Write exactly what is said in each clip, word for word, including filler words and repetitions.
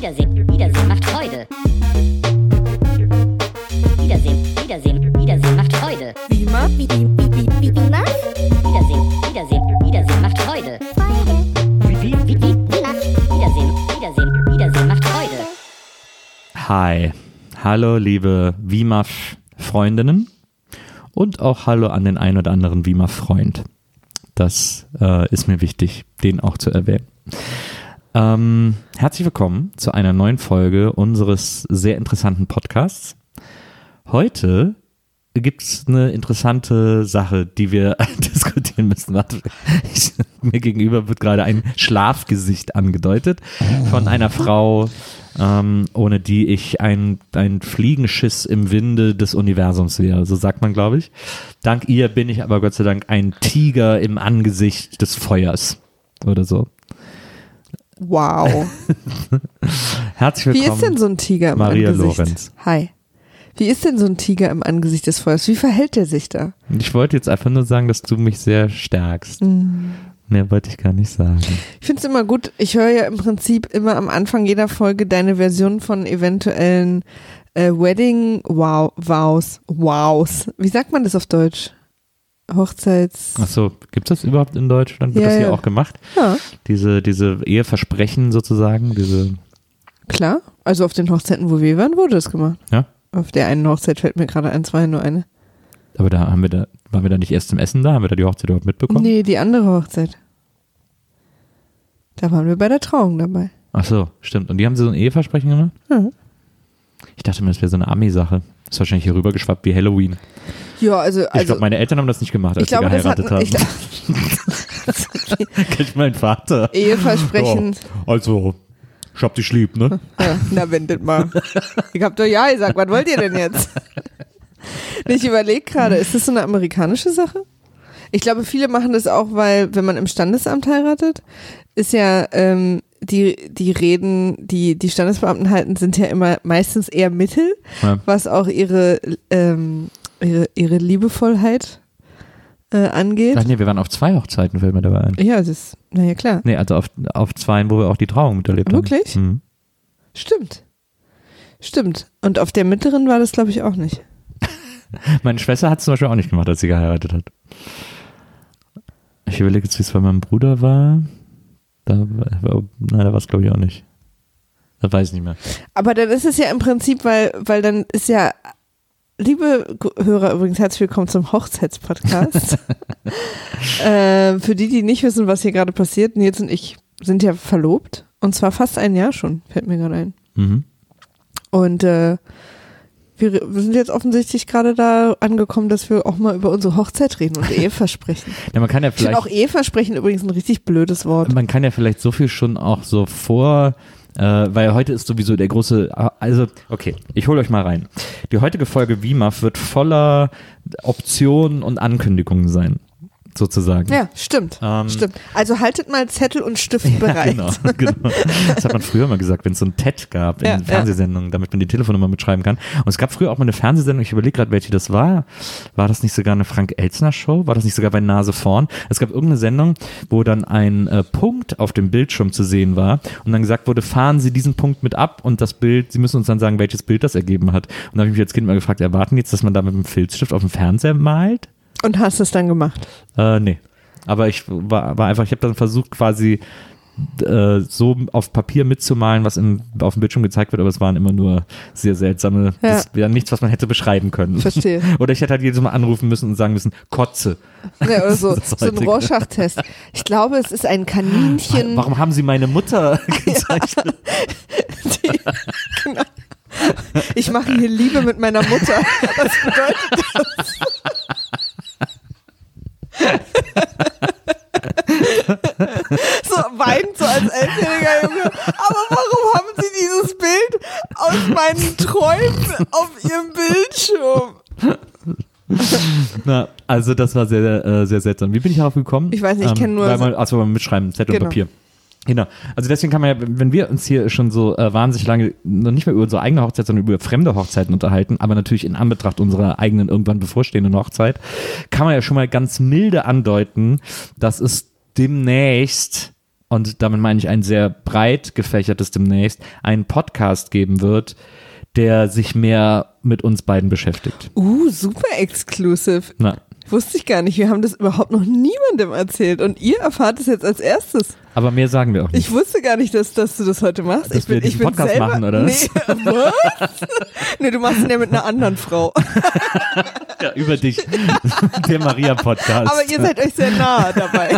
Wiedersehen, Wiedersehen macht Freude. Wiedersehen, Wiedersehen, Wiedersehen macht Freude. Wie ma? Wie, wie, wie, wie, wie ma? Wiedersehen, Wiedersehen, Wiedersehen macht Freude. Freude. Wie, wie, wie, wie, wie ma? Wiedersehen, Wiedersehen, Wiedersehen macht Freude. Hi, hallo liebe W I M A F-Freundinnen und auch hallo an den ein oder anderen W I M A F-Freund. Das äh, ist mir wichtig, den auch zu erwähnen. Ähm, herzlich willkommen zu einer neuen Folge unseres sehr interessanten Podcasts. Heute gibt es eine interessante Sache, die wir diskutieren müssen. Warte, ich, mir gegenüber wird gerade ein Schlafgesicht angedeutet von einer Frau, ähm, ohne die ich ein, ein Fliegenschiss im Winde des Universums wäre. So sagt man, glaube ich. Dank ihr bin ich aber Gott sei Dank ein Tiger im Angesicht des Feuers oder so. Wow. Herzlich willkommen. Wie ist denn so ein Tiger im Maria Angesicht? Lorenz. Hi. Wie ist denn so ein Tiger im Angesicht des Feuers? Wie verhält der sich da? Ich wollte jetzt einfach nur sagen, dass du mich sehr stärkst. Mhm. Mehr wollte ich gar nicht sagen. Ich finde es immer gut, ich höre ja im Prinzip immer am Anfang jeder Folge deine Version von eventuellen äh, Wedding wow, Vows. Wows. Wie sagt man das auf Deutsch? Hochzeits... Achso, gibt es das überhaupt in Deutschland? Wird Ja, das hier ja. auch gemacht? Ja, Diese, diese Eheversprechen sozusagen, diese, klar. Also auf den Hochzeiten, wo wir waren, wurde das gemacht. ja? Auf der einen Hochzeit fällt mir gerade ein, zwei, nur eine. Aber da haben wir da, waren wir da nicht erst zum Essen da? Haben wir da die Hochzeit überhaupt mitbekommen? Nee, die andere Hochzeit. Da waren wir bei der Trauung dabei. Achso, stimmt. Und die haben so ein Eheversprechen gemacht? Ja. Ich dachte mir, das wäre so eine Ami-Sache. Ist wahrscheinlich hier rübergeschwappt wie Halloween. Ja, also, Ich also glaube, meine Eltern haben das nicht gemacht, als ich glaube, sie das geheiratet hatten, ich, haben. Kennt mein Vater. Eheversprechen. Ja, also, ich hab dich lieb, ne? Ja, na, wendet mal. Ich hab doch ja gesagt, was wollt ihr denn jetzt? Ich überlege gerade, ist das so eine amerikanische Sache? Ich glaube, viele machen das auch, weil, wenn man im Standesamt heiratet, ist ja, ähm, die, die Reden, die die Standesbeamten halten, sind ja immer meistens eher Mittel, Ja. was auch ihre, ähm, ihre, ihre Liebevollheit äh, angeht. Ach nee, wir waren auf zwei Hochzeiten, fällt mir dabei ein. Ja, das ist, naja, klar. Nee, also auf, auf zwei, wo wir auch die Trauung miterlebt haben. Wirklich? Mhm. Stimmt. Stimmt. Und auf der mittleren war das, glaube ich, auch nicht. Meine Schwester hat es zum Beispiel auch nicht gemacht, als sie geheiratet hat. Ich überlege jetzt, wie es bei meinem Bruder war. Da, war- nein, da war es, glaube ich, auch nicht. Das weiß ich nicht mehr. Aber dann ist es ja im Prinzip, weil, weil dann ist ja, liebe G- Hörer übrigens, herzlich willkommen zum Hochzeitspodcast. äh, für die, die nicht wissen, was hier gerade passiert, Nils und ich sind ja verlobt. Und zwar fast ein Jahr schon, fällt mir gerade ein. Mhm. Und äh, wir, wir sind jetzt offensichtlich gerade da angekommen, dass wir auch mal über unsere Hochzeit reden und Eheversprechen. Ja, man kann ja Ich finde vielleicht, auch Eheversprechen übrigens ein richtig blödes Wort. man kann ja vielleicht so viel schon auch so vor, äh, weil heute ist sowieso der große, also, okay, ich hole euch mal rein. Die heutige Folge W I M A F wird voller Optionen und Ankündigungen sein, sozusagen. Ja, stimmt. Ähm, Stimmt. Also haltet mal Zettel und Stift bereit. Genau, genau. Das hat man früher mal gesagt, wenn es so ein T E D gab in Ja, Fernsehsendungen, damit man die Telefonnummer mitschreiben kann. Und es gab früher auch mal eine Fernsehsendung, ich überlege gerade, welche das war. War das nicht sogar eine Frank-Elzner-Show? War das nicht sogar bei Nase vorn? Es gab irgendeine Sendung, wo dann ein äh, Punkt auf dem Bildschirm zu sehen war und dann gesagt wurde, fahren Sie diesen Punkt mit ab und das Bild, Sie müssen uns dann sagen, welches Bild das ergeben hat. Und da habe ich mich als Kind mal gefragt, erwarten jetzt, dass man da mit einem Filzstift auf dem Fernseher malt? Und hast es dann gemacht? Äh, nee. Aber ich war, war einfach, ich habe dann versucht quasi äh, so auf Papier mitzumalen, was im, auf dem Bildschirm gezeigt wird, aber es waren immer nur sehr seltsame, Ja. das wäre nichts, was man hätte beschreiben können. Verstehe. Oder ich hätte halt jedes Mal anrufen müssen und sagen müssen, Kotze. Ja, oder so, Das ist so ein heutige. Rorschach-Test. Ich glaube, es ist ein Kaninchen. Warum haben Sie meine Mutter gezeichnet? Die, genau. Ich mache hier Liebe mit meiner Mutter. Was bedeutet das? So weint so als elfjähriger Junge. Aber warum haben Sie dieses Bild aus meinen Träumen auf Ihrem Bildschirm? Na, also das war sehr, äh, sehr seltsam. Wie bin ich darauf gekommen? Ich weiß nicht, ich kenn nur Weil so- man, achso, beim Mitschreiben, Zettel Genau. und Papier. Genau. Also deswegen kann man ja, wenn wir uns hier schon so äh, wahnsinnig lange, noch nicht mehr über unsere eigene Hochzeit, sondern über fremde Hochzeiten unterhalten, aber natürlich in Anbetracht unserer eigenen irgendwann bevorstehenden Hochzeit, kann man ja schon mal ganz milde andeuten, dass es demnächst und damit meine ich ein sehr breit gefächertes demnächst, einen Podcast geben wird, der sich mehr mit uns beiden beschäftigt. Uh, super exclusive. Na. Wusste ich gar nicht. Wir haben das überhaupt noch niemandem erzählt und ihr erfahrt es jetzt als erstes. Aber mehr sagen wir auch nicht. Ich wusste gar nicht, dass, dass du das heute machst. Dass ich bin, wir diesen ich bin Podcast selber, machen, oder nee, was? Nee, du machst ihn ja mit einer anderen Frau. Ja, über dich. Der Maria-Podcast. Aber ihr seid euch sehr nah dabei.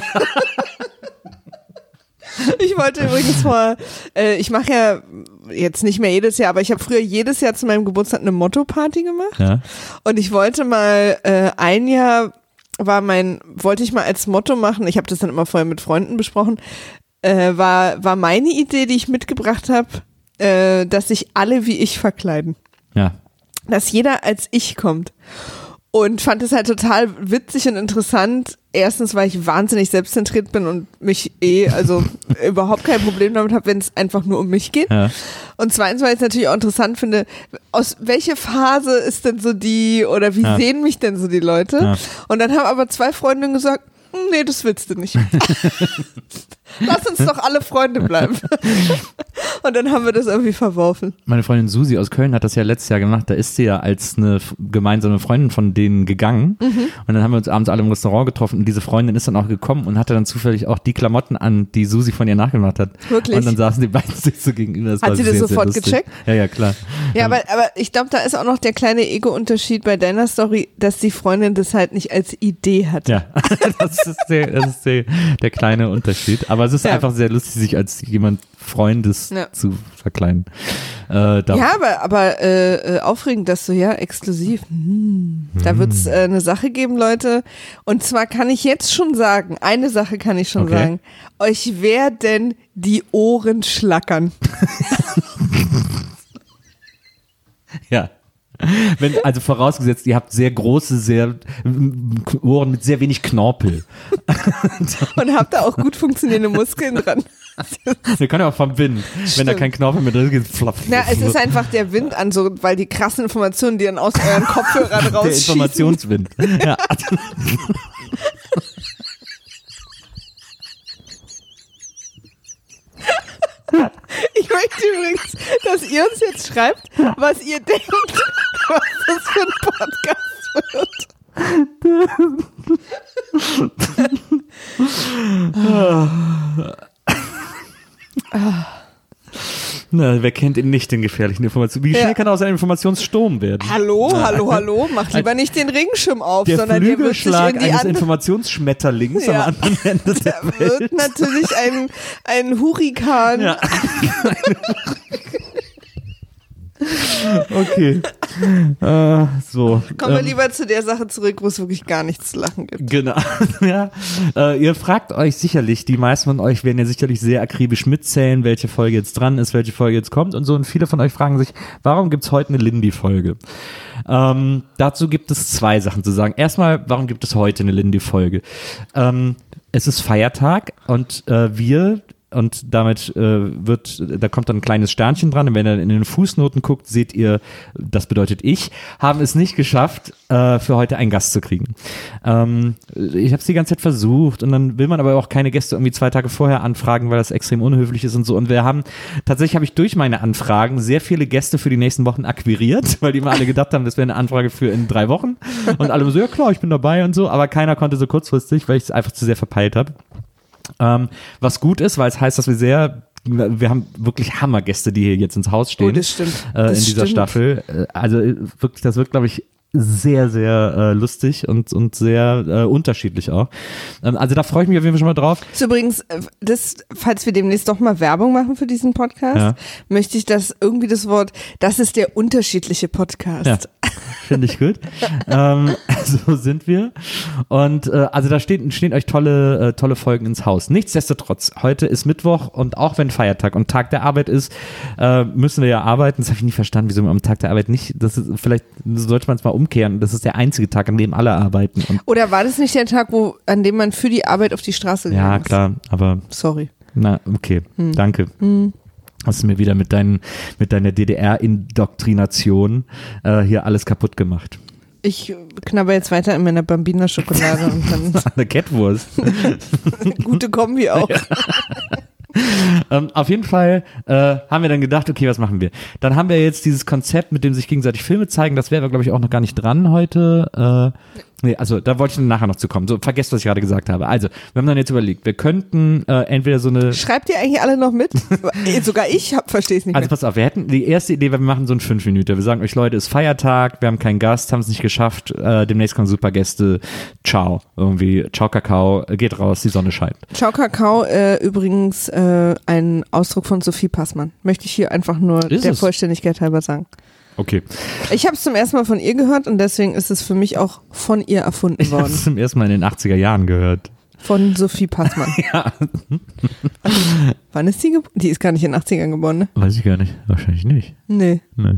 Ich wollte übrigens vor, äh, ich mache ja jetzt nicht mehr jedes Jahr, aber ich habe früher jedes Jahr zu meinem Geburtstag eine Motto-Party gemacht. Ja. Und ich wollte mal, äh, ein Jahr war mein, wollte ich mal als Motto machen, ich habe das dann immer vorher mit Freunden besprochen, äh, war, war meine Idee, die ich mitgebracht habe, äh, dass sich alle wie ich verkleiden. Ja. Dass jeder als ich kommt. Und fand es halt total witzig und interessant. Erstens, weil ich wahnsinnig selbstzentriert bin und mich eh, also überhaupt kein Problem damit habe, wenn es einfach nur um mich geht. Ja. Und zweitens, weil ich es natürlich auch interessant finde, aus welche Phase ist denn so die, oder wie Ja. sehen mich denn so die Leute? Ja. Und dann haben aber zwei Freundinnen gesagt, nee, das willst du nicht. Lass uns doch alle Freunde bleiben. Und dann haben wir das irgendwie verworfen. Meine Freundin Susi aus Köln hat das ja letztes Jahr gemacht. Da ist sie ja als eine f- gemeinsame Freundin von denen gegangen. Mhm. Und dann haben wir uns abends alle im Restaurant getroffen. Und diese Freundin ist dann auch gekommen und hatte dann zufällig auch die Klamotten an, die Susi von ihr nachgemacht hat. Wirklich? Und dann saßen die beiden sich so gegenüber. Das Hat war sie das sehr, sehr sofort lustig. gecheckt? Ja, ja, klar. Ja, aber, aber ich glaube, da ist auch noch der kleine Ego-Unterschied bei deiner Story, dass die Freundin das halt nicht als Idee hat. Ja, das ist, der, das ist der, der kleine Unterschied. Aber es ist Ja. einfach sehr lustig, sich als jemand Freundes Ja. zu verkleiden. Äh, da- Ja, aber, aber äh, äh, aufregend, dass du ja exklusiv. Hm. Da wird es äh, eine Sache geben, Leute. Und zwar kann ich jetzt schon sagen, eine Sache kann ich schon Okay. sagen. Euch werden die Ohren schlackern. Ja. Wenn, also vorausgesetzt, ihr habt sehr große, sehr m- Ohren mit sehr wenig Knorpel. Und habt da auch gut funktionierende Muskeln dran. Wir können ja auch vom Wind. Wenn Stimmt. da kein Knorpel mehr drin ist, geht flapp. Na, es ist einfach der Wind an, so, weil die krassen Informationen, die dann aus euren Kopfhörern der rausschießen. Informationswind. Ja. Ich möchte übrigens, dass ihr uns jetzt schreibt, was ihr denkt, was das für ein Podcast wird. Na, wer kennt ihn nicht, den gefährlichen Informationen? Wie schnell Ja. kann aus ein Informationssturm werden? Hallo, hallo, hallo, mach lieber nicht den Regenschirm auf, Der sondern der wird sich Flügelschlag in die eines andere. Informationsschmetterlings Ja. am anderen Ende der Da Welt. wird natürlich ein, ein Hurrikan. Ja. Okay. Äh, so. Kommen wir ähm, lieber zu der Sache zurück, wo es wirklich gar nichts zu lachen gibt. Genau. Ja. Äh, ihr fragt euch sicherlich, die meisten von euch werden ja sicherlich sehr akribisch mitzählen, welche Folge jetzt dran ist, welche Folge jetzt kommt und so. Und viele von euch fragen sich, warum gibt es heute eine Lindy-Folge? Ähm, dazu gibt es zwei Sachen zu sagen. Erstmal, warum gibt es heute eine Lindy-Folge? Ähm, es ist Feiertag und äh, wir und damit äh, wird, da kommt dann ein kleines Sternchen dran und wenn ihr in den Fußnoten guckt, seht ihr, das bedeutet ich, haben es nicht geschafft, äh, für heute einen Gast zu kriegen. Ähm, ich habe es die ganze Zeit versucht und dann will man aber auch keine Gäste irgendwie zwei Tage vorher anfragen, weil das extrem unhöflich ist und so und wir haben, tatsächlich habe ich durch meine Anfragen sehr viele Gäste für die nächsten Wochen akquiriert, weil die immer alle gedacht haben, das wäre eine Anfrage für in drei Wochen und alle so, ja klar, ich bin dabei und so, aber keiner konnte so kurzfristig, weil ich es einfach zu sehr verpeilt habe. Ähm, was gut ist, weil es heißt, dass wir sehr, wir haben wirklich Hammergäste, die hier jetzt ins Haus stehen. Oh, das stimmt. Äh, Das in dieser stimmt. Staffel. Äh, Also äh, wirklich, das wird, glaube ich, sehr, sehr äh, lustig und, und sehr äh, unterschiedlich auch. Ähm, also da freue ich mich auf jeden Fall schon mal drauf. Ist übrigens, äh, das, falls wir demnächst doch mal Werbung machen für diesen Podcast, Ja. möchte ich das irgendwie das Wort, das ist der unterschiedliche Podcast. Ja. Finde ich gut. ähm, so sind wir. Und äh, also da stehen, stehen euch tolle, äh, tolle Folgen ins Haus. Nichtsdestotrotz, heute ist Mittwoch und auch wenn Feiertag und Tag der Arbeit ist, äh, müssen wir ja arbeiten. Das habe ich nie verstanden, wieso man am Tag der Arbeit nicht, das ist, vielleicht sollte man es mal umkehren. Das ist der einzige Tag, an dem alle arbeiten. Und, Oder war das nicht der Tag, wo, an dem man für die Arbeit auf die Straße gegangen ja, ist? klar, aber Sorry. na, okay, danke. Hast du mir wieder mit, deinen, mit deiner D D R-Indoktrination äh, hier alles kaputt gemacht. Ich knabber jetzt weiter in meiner Bambina-Schokolade und dann Eine Kettwurst. gute Kombi auch. ähm, auf jeden Fall äh, haben wir dann gedacht, okay, was machen wir? Dann haben wir jetzt dieses Konzept, mit dem sich gegenseitig Filme zeigen, das wäre, glaube ich, auch noch gar nicht dran heute. Äh, nee, also da wollte ich dann nachher noch zu kommen. So, vergesst, was ich gerade gesagt habe. Also, wir haben dann jetzt überlegt, wir könnten äh, entweder so eine... Schreibt ihr eigentlich alle noch mit? Sogar ich verstehe es nicht Also mehr. pass auf, wir hätten die erste Idee, wir machen so einen fünf Minuten. Wir sagen euch, Leute, ist Feiertag, wir haben keinen Gast, haben es nicht geschafft, äh, demnächst kommen super Gäste. Ciao. Irgendwie, ciao Kakao, geht raus, die Sonne scheint. Ciao Kakao, äh, übrigens äh, ein Ausdruck von Sophie Passmann. Möchte ich hier einfach nur Ist der es? Vollständigkeit halber sagen. Okay. Ich habe es zum ersten Mal von ihr gehört und deswegen ist es für mich auch von ihr erfunden Ich habe worden. es zum ersten Mal in den achtziger Jahren gehört. Von Sophie Passmann. Ja. Also, wann ist die geboren? Die ist gar nicht in den achtzigern geboren, ne? Weiß ich gar nicht. Wahrscheinlich nicht. Nee. Nee.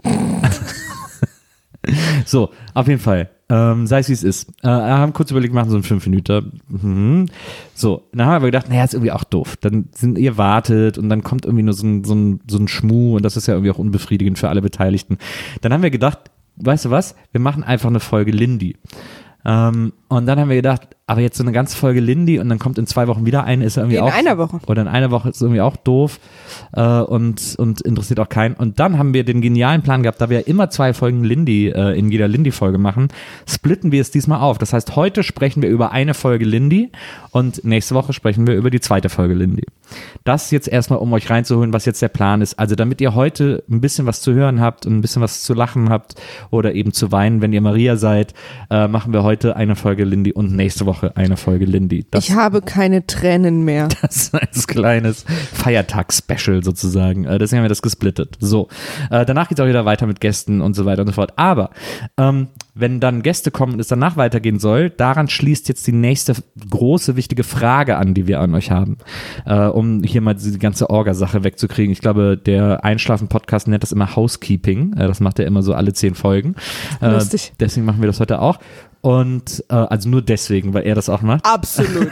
So, auf jeden Fall. Ähm, sei es wie es ist. Äh, wir haben kurz überlegt, machen so einen fünf Minuten. Mhm. So, dann haben wir aber gedacht, naja, ist irgendwie auch doof. Dann sind ihr wartet und dann kommt irgendwie nur so ein, so ein, so ein Schmuh und das ist ja irgendwie auch unbefriedigend für alle Beteiligten. Dann haben wir gedacht, weißt du was, wir machen einfach eine Folge Lindy. Ähm, und dann haben wir gedacht, aber jetzt so eine ganze Folge Lindy und dann kommt in zwei Wochen wieder eine, ist ja irgendwie In auch. einer Woche. Oder in einer Woche ist irgendwie auch doof äh, und, und interessiert auch keinen. Und dann haben wir den genialen Plan gehabt, da wir ja immer zwei Folgen Lindy äh, in jeder Lindy-Folge machen, splitten wir es diesmal auf. Das heißt, heute sprechen wir über eine Folge Lindy und nächste Woche sprechen wir über die zweite Folge Lindy. Das jetzt erstmal, um euch reinzuholen, was jetzt der Plan ist. Also damit ihr heute ein bisschen was zu hören habt und ein bisschen was zu lachen habt oder eben zu weinen, wenn ihr Maria seid, äh, machen wir heute eine Folge Lindy und nächste Woche eine Folge Lindy. Das, Ich habe keine Tränen mehr. das ist ein kleines Feiertags-Special sozusagen. Äh, deswegen haben wir das gesplittet. So, äh, danach geht es auch wieder weiter mit Gästen und so weiter und so fort. Aber ähm, wenn dann Gäste kommen und es danach weitergehen soll, daran schließt jetzt die nächste große, wichtige Frage an, die wir an euch haben, äh, um hier mal die ganze Orga-Sache wegzukriegen. Ich glaube, der Einschlafen-Podcast nennt das immer Housekeeping. Äh, das macht er immer so alle zehn Folgen. Äh, Lustig. Deswegen machen wir das heute auch. Und äh, also nur deswegen, weil er das auch macht. Absolut.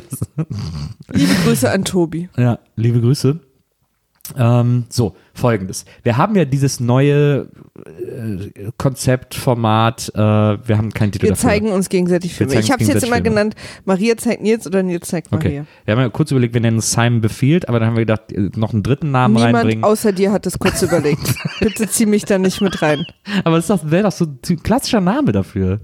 Liebe Grüße an Tobi. Ja, liebe Grüße. Ähm, so, folgendes. Wir haben ja dieses neue äh, Konzept, Format, äh, wir haben keinen Titel Wir dafür. zeigen uns gegenseitig Wir Filme. zeigen Ich uns habe es jetzt gegenseitig immer Filme. genannt, Maria zeigt Nils oder Nils zeigt Maria. Okay. Wir haben ja kurz überlegt, wir nennen es Simon befiehlt, aber dann haben wir gedacht, äh, noch einen dritten Namen Niemand reinbringen. außer dir hat es kurz überlegt. Bitte zieh mich da nicht mit rein. Aber das wäre doch so ein klassischer Name dafür.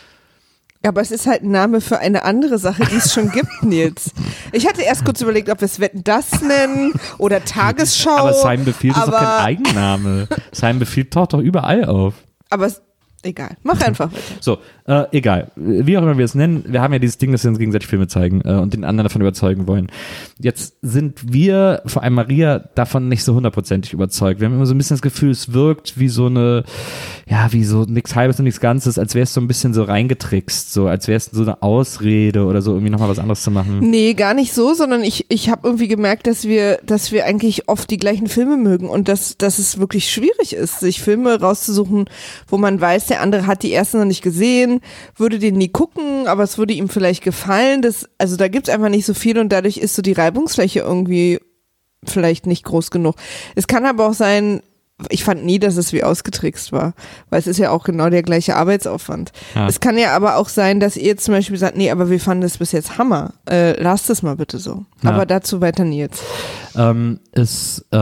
Ja, aber es ist halt ein Name für eine andere Sache, die es schon gibt, Nils. Ich hatte erst kurz überlegt, ob wir es Wetten, das nennen oder Tagesschau. Aber Simon befiehlt ist doch kein aber- Eigenname. Simon befiehlt taucht doch überall auf. Aber es, egal, mach einfach weiter. So, äh, egal. Wie auch immer wir es nennen, wir haben ja dieses Ding, dass wir uns gegenseitig Filme zeigen äh, und den anderen davon überzeugen wollen. Jetzt sind wir, vor allem Maria, davon nicht so hundertprozentig überzeugt. Wir haben immer so ein bisschen das Gefühl, es wirkt wie so eine, ja, wie so nichts Halbes und nichts Ganzes, als wäre es so ein bisschen so reingetrickst, so als wäre es so eine Ausrede oder so, irgendwie nochmal was anderes zu machen. Nee, gar nicht so, sondern ich, ich habe irgendwie gemerkt, dass wir, dass wir eigentlich oft die gleichen Filme mögen und dass, dass es wirklich schwierig ist, sich Filme rauszusuchen, wo man weiß, der andere hat die ersten noch nicht gesehen, würde den nie gucken, aber es würde ihm vielleicht gefallen. Das, also da gibt's einfach nicht so viel und dadurch ist so die Reibungsfläche irgendwie vielleicht nicht groß genug. Es kann aber auch sein, ich fand nie, dass es wie ausgetrickst war, weil es ist ja auch genau der gleiche Arbeitsaufwand. Ja. Es kann ja aber auch sein, dass ihr zum Beispiel sagt, nee, aber wir fanden das bis jetzt Hammer. Äh, lasst es mal bitte so. Ja. Aber dazu weiter Nils. Ähm, ist, äh,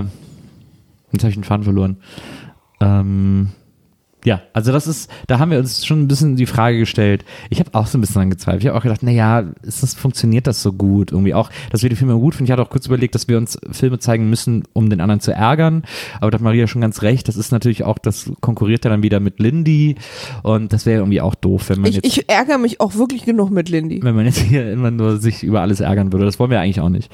jetzt habe ich den Faden verloren. Ähm, ja, also das ist, da haben wir uns schon ein bisschen die Frage gestellt. Ich habe auch so ein bisschen dran gezweifelt. Ich habe auch gedacht, naja, ist das, funktioniert das so gut? Irgendwie auch, dass wir die Filme gut finden. Ich hatte auch kurz überlegt, dass wir uns Filme zeigen müssen, um den anderen zu ärgern. Aber da hat Maria schon ganz recht. Das ist natürlich auch, das konkurriert ja dann wieder mit Lindy. Und das wäre irgendwie auch doof, wenn man Ich, jetzt, ich ärgere mich auch wirklich genug mit Lindy. wenn man jetzt hier immer nur sich über alles ärgern würde. Das wollen wir eigentlich auch nicht.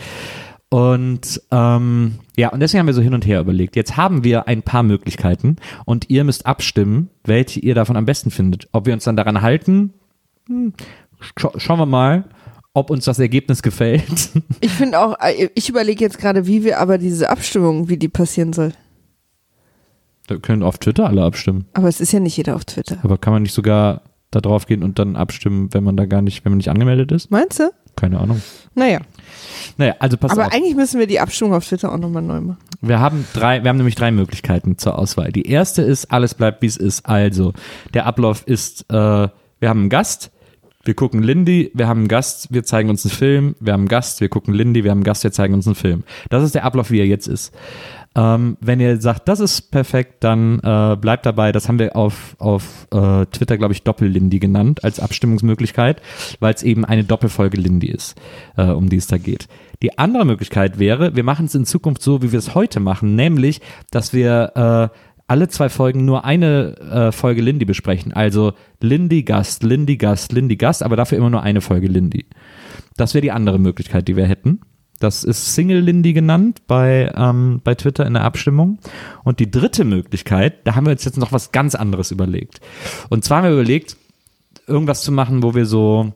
Und ähm, ja, und deswegen haben wir so hin und her überlegt. Jetzt haben wir ein paar Möglichkeiten und ihr müsst abstimmen, welche ihr davon am besten findet. Ob wir uns dann daran halten, hm, scha- schauen wir mal, ob uns das Ergebnis gefällt. Ich finde auch, äh, ich überlege jetzt gerade, wie wir aber diese Abstimmung, wie die passieren soll. Da können auf Twitter alle abstimmen. Aber es ist ja nicht jeder auf Twitter. Aber kann man nicht sogar da drauf gehen und dann abstimmen, wenn man da gar nicht, wenn man nicht angemeldet ist? Meinst du? Keine Ahnung. Naja. Naja, also pass Aber auf. eigentlich müssen wir die Abstimmung auf Twitter auch nochmal neu machen. Wir haben drei, wir haben nämlich drei Möglichkeiten zur Auswahl. Die erste ist, alles bleibt wie es ist. Also, der Ablauf ist, äh, wir haben einen Gast, wir gucken Lindy, wir haben einen Gast, wir zeigen uns einen Film, wir haben einen Gast, wir gucken Lindy, wir haben einen Gast, wir zeigen uns einen Film. Das ist der Ablauf, wie er jetzt ist. Ähm, wenn ihr sagt, das ist perfekt, dann äh, bleibt dabei. Das haben wir auf, auf äh, Twitter, glaube ich, Doppel-Lindy genannt als Abstimmungsmöglichkeit, weil es eben eine Doppelfolge Lindy ist, äh, um die es da geht. Die andere Möglichkeit wäre, wir machen es in Zukunft so, wie wir es heute machen, nämlich, dass wir äh, alle zwei Folgen nur eine äh, Folge Lindy besprechen. Also Lindy Gast, Lindy Gast, Lindy Gast, aber dafür immer nur eine Folge Lindy. Das wäre die andere Möglichkeit, die wir hätten. Das ist Single Lindy genannt bei, ähm, bei Twitter in der Abstimmung. Und die dritte Möglichkeit, da haben wir uns jetzt noch was ganz anderes überlegt. Und zwar haben wir überlegt, irgendwas zu machen, wo wir so,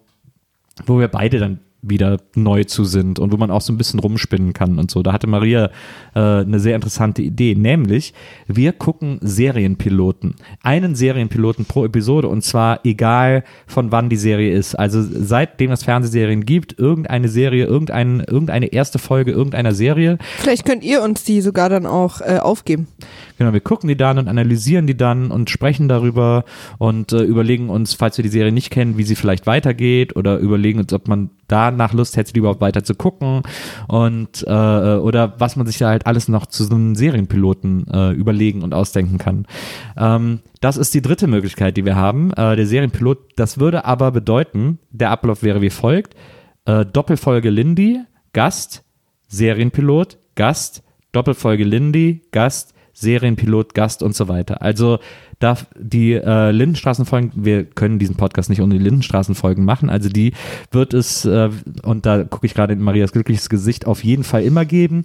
wo wir beide dann wieder neu zu sind und wo man auch so ein bisschen rumspinnen kann und so. Da hatte Maria äh, eine sehr interessante Idee, nämlich wir gucken Serienpiloten. Einen Serienpiloten pro Episode und zwar egal von wann die Serie ist. Also seitdem es Fernsehserien gibt, irgendeine Serie, irgendein, irgendeine erste Folge irgendeiner Serie. Vielleicht könnt ihr uns die sogar dann auch äh, aufgeben. Genau, wir gucken die dann und analysieren die dann und sprechen darüber und äh, überlegen uns, falls wir die Serie nicht kennen, wie sie vielleicht weitergeht oder überlegen uns, ob man da nach Lust hätte, die überhaupt weiter zu gucken und äh, oder was man sich da halt alles noch zu so einem Serienpiloten äh, überlegen und ausdenken kann. Ähm, das ist die dritte Möglichkeit, die wir haben. Äh, der Serienpilot, das würde aber bedeuten, der Ablauf wäre wie folgt: äh, Doppelfolge Lindy, Gast, Serienpilot, Gast, Doppelfolge Lindy, Gast, Serienpilot, Gast und so weiter. Also da die äh, Lindenstraßenfolgen, wir können diesen Podcast nicht ohne die Lindenstraßenfolgen machen, also die wird es, äh, und da gucke ich gerade in Marias glückliches Gesicht, auf jeden Fall immer geben,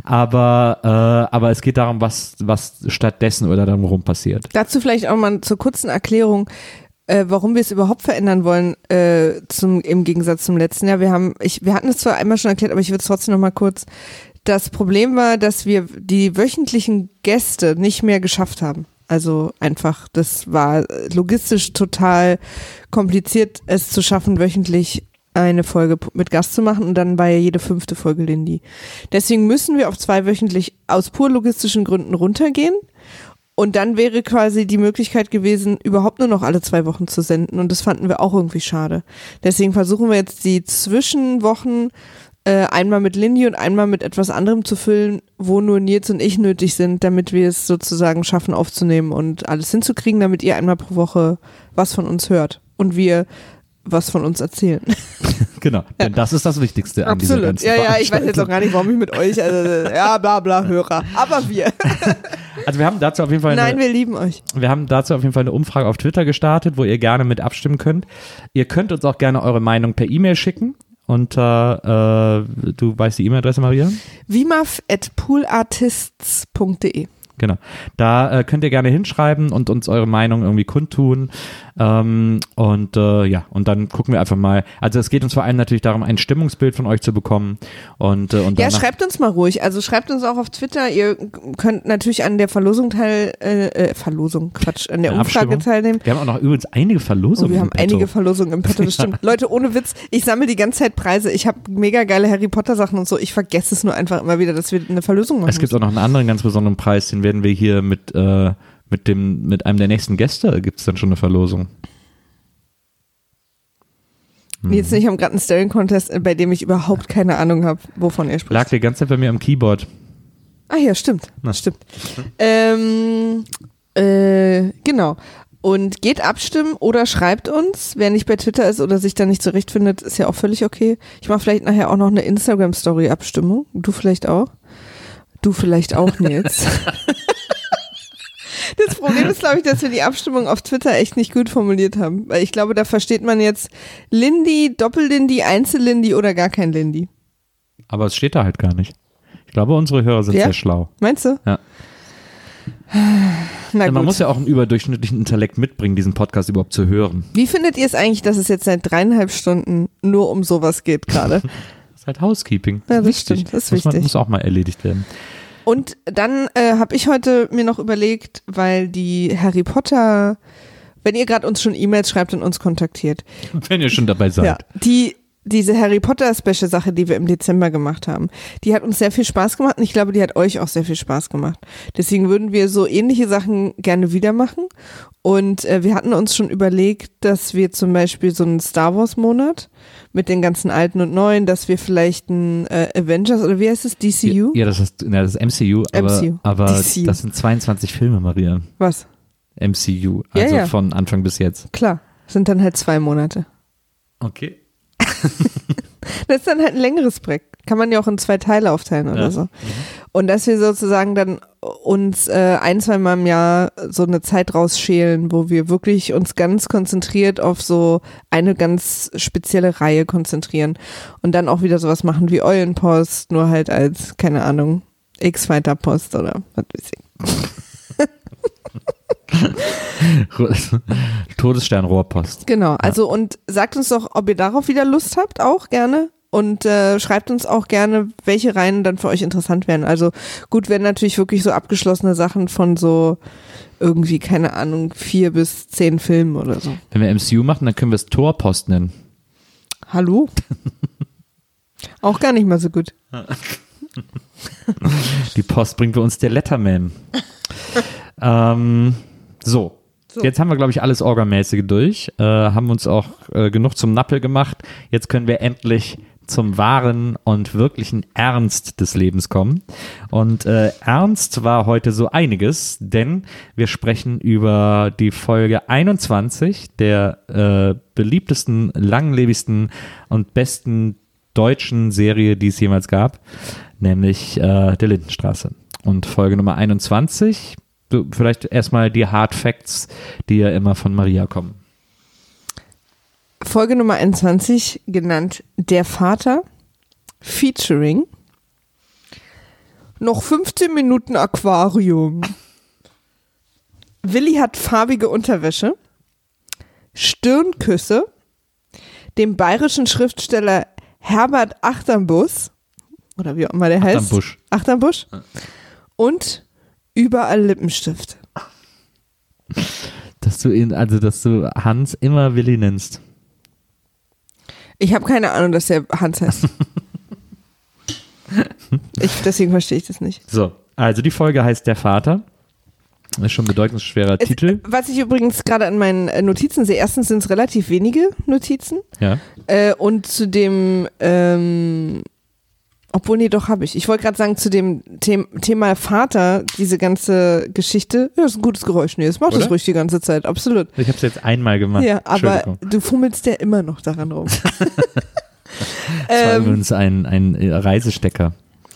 aber, äh, aber es geht darum, was, was stattdessen oder darum rum passiert. Dazu vielleicht auch mal zur kurzen Erklärung, äh, warum wir es überhaupt verändern wollen, äh, zum, im Gegensatz zum letzten Jahr. Wir haben, ich, wir hatten es zwar einmal schon erklärt, aber ich würde es trotzdem noch mal kurz. Das Problem war, dass wir die wöchentlichen Gäste nicht mehr geschafft haben. Also einfach, das war logistisch total kompliziert, es zu schaffen, wöchentlich eine Folge mit Gast zu machen und dann war ja jede fünfte Folge Lindy. Deswegen müssen wir auf zwei wöchentlich aus pur logistischen Gründen runtergehen und dann wäre quasi die Möglichkeit gewesen, überhaupt nur noch alle zwei Wochen zu senden und das fanden wir auch irgendwie schade. Deswegen versuchen wir jetzt die Zwischenwochen einmal mit Lindy und einmal mit etwas anderem zu füllen, wo nur Nils und ich nötig sind, damit wir es sozusagen schaffen aufzunehmen und alles hinzukriegen, damit ihr einmal pro Woche was von uns hört und wir was von uns erzählen. Genau, denn das ist das Wichtigste an dieser ganzen Absolut. Ja, ja, ich weiß jetzt auch gar nicht, warum ich mit euch, also, ja, bla bla, Hörer, aber wir. Also wir haben dazu auf jeden Fall eine, Nein, wir lieben euch. Wir haben dazu auf jeden Fall eine Umfrage auf Twitter gestartet, wo ihr gerne mit abstimmen könnt. Ihr könnt uns auch gerne eure Meinung per E-Mail schicken. Unter, äh, du weißt die E-Mail-Adresse, Maria? wimaf at poolartists punkt de. Genau. Da äh, könnt ihr gerne hinschreiben und uns eure Meinung irgendwie kundtun. Ähm, und äh, ja, und dann gucken wir einfach mal. Also es geht uns vor allem natürlich darum, ein Stimmungsbild von euch zu bekommen. Und, äh, und ja, schreibt uns mal ruhig. Also schreibt uns auch auf Twitter. Ihr könnt natürlich an der Verlosung teil, äh, äh, Verlosung, Quatsch, an der Eine Umfrage Abstimmung. teilnehmen. Wir haben auch noch übrigens einige Verlosungen. Oh, wir haben im Petto. einige Verlosungen im Petto, das stimmt. Leute, ohne Witz, ich sammle die ganze Zeit Preise. Ich habe mega geile Harry Potter Sachen und so. Ich vergesse es nur einfach immer wieder, dass wir eine Verlosung machen. Es gibt auch noch einen anderen ganz besonderen Preis, den werden wir hier mit, äh, mit, dem, mit einem der nächsten Gäste, gibt es dann schon eine Verlosung. Hm. Jetzt nicht, ich habe gerade einen Staring-Contest, bei dem ich überhaupt keine Ahnung habe, wovon ihr spricht. Lag die ganze Zeit bei mir am Keyboard. Ah ja, stimmt. Na. Stimmt. Ähm, äh, genau. Und geht abstimmen oder schreibt uns. Wer nicht bei Twitter ist oder sich da nicht zurechtfindet, ist ja auch völlig okay. Ich mache vielleicht nachher auch noch eine Instagram-Story-Abstimmung. Du vielleicht auch. Du vielleicht auch, Nils. Das Problem ist, glaube ich, dass wir die Abstimmung auf Twitter echt nicht gut formuliert haben. Weil ich glaube, da versteht man jetzt Lindy, Doppel-Lindy, Einzel-Lindy oder gar kein Lindy. Aber es steht da halt gar nicht. Ich glaube, unsere Hörer sind Ja? sehr schlau. Meinst du? Ja. Na Man gut. muss ja auch einen überdurchschnittlichen Intellekt mitbringen, diesen Podcast überhaupt zu hören. Wie findet ihr es eigentlich, dass es jetzt seit dreieinhalb Stunden nur um sowas geht gerade? Das ist halt Housekeeping. Ja, das wichtig. stimmt, das ist muss, man, wichtig. muss auch mal erledigt werden. Und dann äh, habe ich heute mir noch überlegt, weil die Harry Potter, wenn ihr gerade uns schon E-Mails schreibt und uns kontaktiert, Wenn ihr schon dabei seid. ja, die diese Harry Potter Special Sache, die wir im Dezember gemacht haben, die hat uns sehr viel Spaß gemacht und ich glaube, die hat euch auch sehr viel Spaß gemacht. Deswegen würden wir so ähnliche Sachen gerne wieder machen und äh, wir hatten uns schon überlegt, dass wir zum Beispiel so einen Star Wars Monat mit den ganzen alten und neuen, dass wir vielleicht ein äh, Avengers oder wie heißt es, D C U? Ja, das ist, ja, das ist M C U, aber, M C U. aber D C U. Das sind zweiundzwanzig Filme, Maria. Was? M C U, Ja, also ja. von Anfang bis jetzt. Klar, sind dann halt zwei Monate. Okay. Das ist dann halt ein längeres Projekt. Kann man ja auch in zwei Teile aufteilen oder Ja. so. Und dass wir sozusagen dann uns äh, ein, zwei Mal im Jahr so eine Zeit rausschälen, wo wir wirklich uns ganz konzentriert auf so eine ganz spezielle Reihe konzentrieren und dann auch wieder sowas machen wie Eulenpost, nur halt als, keine Ahnung, X-Fighter-Post oder was weiß ich. Todesstern-Rohrpost. Genau, also und sagt uns doch, ob ihr darauf wieder Lust habt, auch gerne. Und äh, schreibt uns auch gerne, welche Reihen dann für euch interessant wären. Also gut, wären natürlich wirklich so abgeschlossene Sachen von so irgendwie, keine Ahnung, vier bis zehn Filmen oder so. Wenn wir M C U machen, dann können wir es Torpost nennen. Hallo? Auch gar nicht mal so gut. Die Post bringt bei uns der Letterman. ähm, so. So. Jetzt haben wir, glaube ich, alles Orgamäßige durch, äh, haben uns auch äh, genug zum Nappel gemacht. Jetzt können wir endlich zum wahren und wirklichen Ernst des Lebens kommen. Und äh, Ernst war heute so einiges, denn wir sprechen über die Folge einundzwanzig der äh, beliebtesten, langlebigsten und besten deutschen Serie, die es jemals gab, nämlich äh, der Lindenstraße. Und Folge Nummer einundzwanzig, du, vielleicht erstmal die Hard Facts, die ja immer von Maria kommen. Folge Nummer einundzwanzig, genannt Der Vater, featuring noch fünfzehn Minuten Aquarium. Willi hat farbige Unterwäsche, Stirnküsse, dem bayerischen Schriftsteller Herbert Achternbusch, oder wie auch immer der heißt. Achternbusch. Achternbusch. Und überall Lippenstift. Dass du ihn, also dass du Hans immer Willi nennst. Ich habe keine Ahnung, dass der Hans heißt. ich, deswegen verstehe ich das nicht. So, also die Folge heißt Der Vater. Das ist schon ein bedeutungsschwerer Es, Titel. Was ich übrigens gerade an meinen äh, Notizen sehe, erstens sind es relativ wenige Notizen. Ja. Äh, und zu dem, ähm, obwohl, nee, doch habe ich. Ich wollte gerade sagen, zu dem The- Thema Vater, diese ganze Geschichte, ja, das ist ein gutes Geräusch. Nee, das macht Oder? das ruhig die ganze Zeit, absolut. Ich habe es jetzt einmal gemacht. Ja, aber Entschuldigung. du fummelst ja immer noch daran rum. Das war ähm, übrigens ein, ein Reisestecker.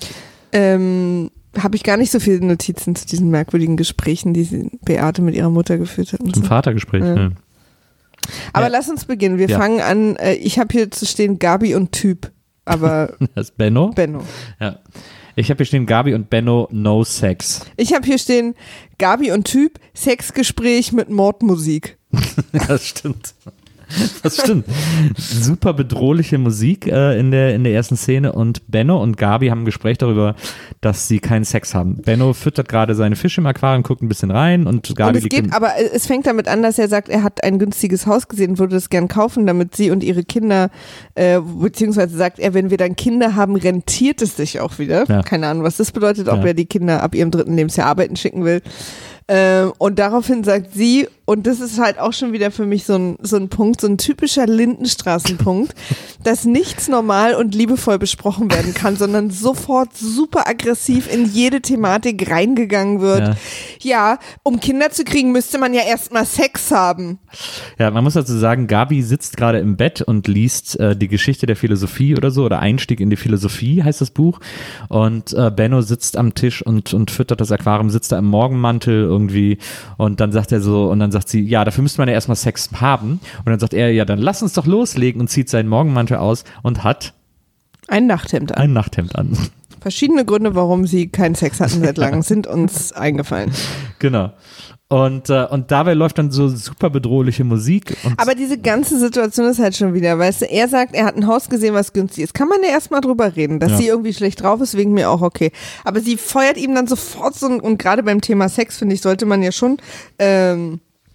ähm, habe ich gar nicht so viele Notizen zu diesen merkwürdigen Gesprächen, die sie Beate mit ihrer Mutter geführt hat. Und Zum so. Vatergespräch. Ja. Ja. Aber Ja. lass uns beginnen. Wir Ja. fangen an, äh, ich habe hier zu stehen Gabi und Typ, aber Das ist Benno. Benno. Ja. Ich habe hier stehen Gabi und Benno, no sex. Ich habe hier stehen Gabi und Typ, Sexgespräch mit Mordmusik. Das stimmt. Das stimmt. Super bedrohliche Musik äh, in, der, in der ersten Szene und Benno und Gabi haben ein Gespräch darüber, dass sie keinen Sex haben. Benno füttert gerade seine Fische im Aquarium, guckt ein bisschen rein und Gabi Und es liegt geht, im, aber es fängt damit an, dass er sagt, er hat ein günstiges Haus gesehen, würde es gern kaufen, damit sie und ihre Kinder, äh, beziehungsweise sagt er, wenn wir dann Kinder haben, rentiert es sich auch wieder. Ja. Keine Ahnung, was das bedeutet, ob Ja. er die Kinder ab ihrem dritten Lebensjahr arbeiten schicken will. Ähm, und daraufhin sagt sie, und das ist halt auch schon wieder für mich so ein, so ein Punkt, so ein typischer Lindenstraßenpunkt, dass nichts normal und liebevoll besprochen werden kann, sondern sofort super aggressiv in jede Thematik reingegangen wird. Ja. Ja, um Kinder zu kriegen, müsste man ja erstmal Sex haben. Ja, man muss dazu sagen, Gabi sitzt gerade im Bett und liest äh, die Geschichte der Philosophie oder so, oder Einstieg in die Philosophie heißt das Buch. Und äh, Benno sitzt am Tisch und, und füttert das Aquarium, sitzt da im Morgenmantel irgendwie. Und dann sagt er so, und dann sagt sie, ja, dafür müsste man ja erstmal Sex haben. Und dann sagt er, ja, dann lass uns doch loslegen und zieht seinen Morgenmantel aus und hat Ein Nachthemd an. ein Nachthemd an. Verschiedene Gründe, warum sie keinen Sex hatten seit langem, sind uns eingefallen. Genau. Und, äh, und dabei läuft dann so super bedrohliche Musik. Und Aber diese ganze Situation ist halt schon wieder, weißt du, er sagt, er hat ein Haus gesehen, was günstig ist. Kann man ja erstmal drüber reden, dass Ja. sie irgendwie schlecht drauf ist, wegen mir auch okay. Aber sie feuert ihm dann sofort so, und gerade beim Thema Sex, finde ich, sollte man ja schon ähm,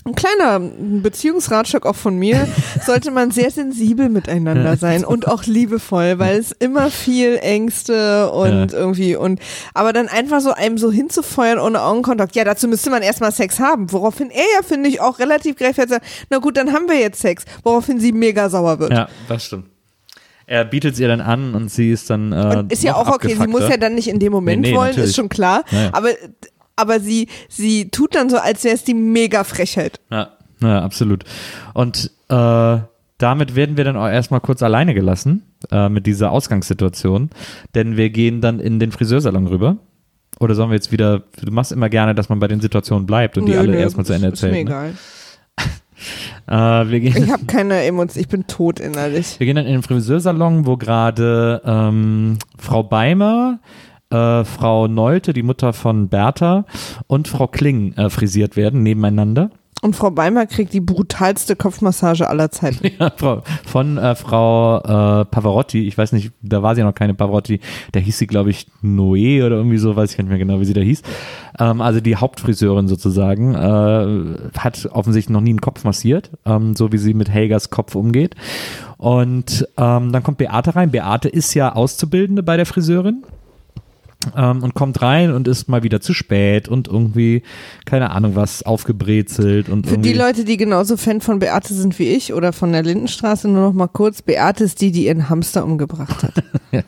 Ein kleiner Beziehungsratschlag auch von mir, sollte man sehr sensibel miteinander sein und auch liebevoll, weil es immer viel Ängste und ja. irgendwie und aber dann einfach so einem so hinzufeuern ohne Augenkontakt, ja, dazu müsste man erstmal Sex haben, woraufhin er ja, finde ich, auch relativ gerechtfertigt sagt, na gut, dann haben wir jetzt Sex, woraufhin sie mega sauer wird. Ja, das stimmt. Er bietet sie dann an und sie ist dann äh, und ist ja auch okay, sie muss ja dann nicht in dem Moment nee, nee, wollen, natürlich. Ist schon klar, ja, ja. aber Aber sie, sie tut dann so, als wäre es die mega Frechheit. Ja, ja, absolut. Und äh, damit werden wir dann auch erstmal kurz alleine gelassen äh, mit dieser Ausgangssituation, denn wir gehen dann in den Friseursalon rüber. Oder sollen wir jetzt wieder, du machst immer gerne, dass man bei den Situationen bleibt und nö, die alle nö, erstmal zu Ende erzählen. Ist mir egal. Ne? äh, wir gehen, ich habe keine Emotionen, ich bin tot innerlich. Wir gehen dann in den Friseursalon, wo gerade ähm, Frau Beimer, Äh, Frau Nolte, die Mutter von Bertha, und Frau Kling äh, frisiert werden, nebeneinander. Und Frau Beimer kriegt die brutalste Kopfmassage aller Zeiten. Ja, Frau, von äh, Frau äh, Pavarotti, ich weiß nicht, da war sie ja noch keine Pavarotti, da hieß sie, glaube ich, Noé oder irgendwie so, weiß ich gar nicht mehr genau, wie sie da hieß. Ähm, also die Hauptfriseurin sozusagen, äh, hat offensichtlich noch nie einen Kopf massiert, ähm, so wie sie mit Helgas Kopf umgeht. Und ähm, dann kommt Beate rein. Beate ist ja Auszubildende bei der Friseurin. Ähm, und kommt rein und ist mal wieder zu spät und irgendwie, keine Ahnung was, aufgebrezelt. Und für die Leute, die genauso Fan von Beate sind wie ich oder von der Lindenstraße, nur noch mal kurz, Beate ist die, die ihren Hamster umgebracht hat. Ja.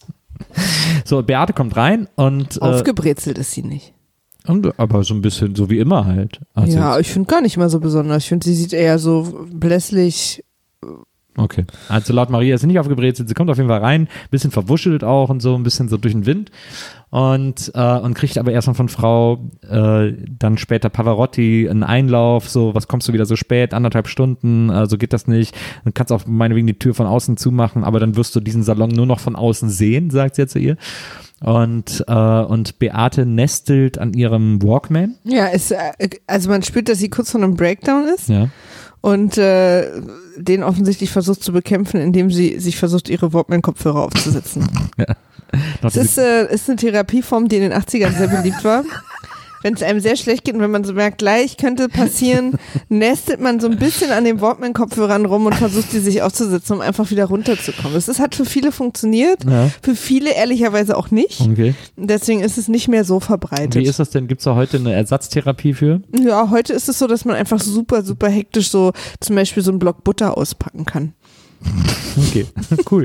So, Beate kommt rein und äh, aufgebrezelt ist sie nicht. Und, aber so ein bisschen so wie immer halt. Also ja, ich finde gar nicht mal so besonders. Ich finde, sie sieht eher so blässlich. Okay, also laut Maria ist sie nicht aufgebrezelt, sie kommt auf jeden Fall rein, bisschen verwuschelt auch und so, ein bisschen so durch den Wind und, äh, und kriegt aber erstmal von Frau, äh, dann später Pavarotti einen Einlauf, so, was kommst du wieder so spät, anderthalb Stunden, äh, so geht das nicht, dann kannst du auch meinetwegen die Tür von außen zumachen, aber dann wirst du diesen Salon nur noch von außen sehen, sagt sie ja zu ihr. Und, äh, und Beate nestelt an ihrem Walkman. Ja, es, also man spürt, dass sie kurz vor einem Breakdown ist. Ja. Und äh, den offensichtlich versucht zu bekämpfen, indem sie sich versucht, ihre Walkman-Kopfhörer aufzusetzen. Ja. Das ist, äh, ist eine Therapieform, die in den achtzigern sehr beliebt war. Wenn es einem sehr schlecht geht und wenn man so merkt, gleich könnte passieren, nestet man so ein bisschen an den Walkman-Kopfhörern rum und versucht, die sich aufzusetzen, um einfach wieder runterzukommen. Das ist, hat für viele funktioniert, ja. Für viele ehrlicherweise auch nicht. Okay. Deswegen ist es nicht mehr so verbreitet. Wie ist das denn? Gibt es da heute eine Ersatztherapie für? Ja, heute ist es so, dass man einfach super, super hektisch so zum Beispiel so einen Block Butter auspacken kann. Okay, cool.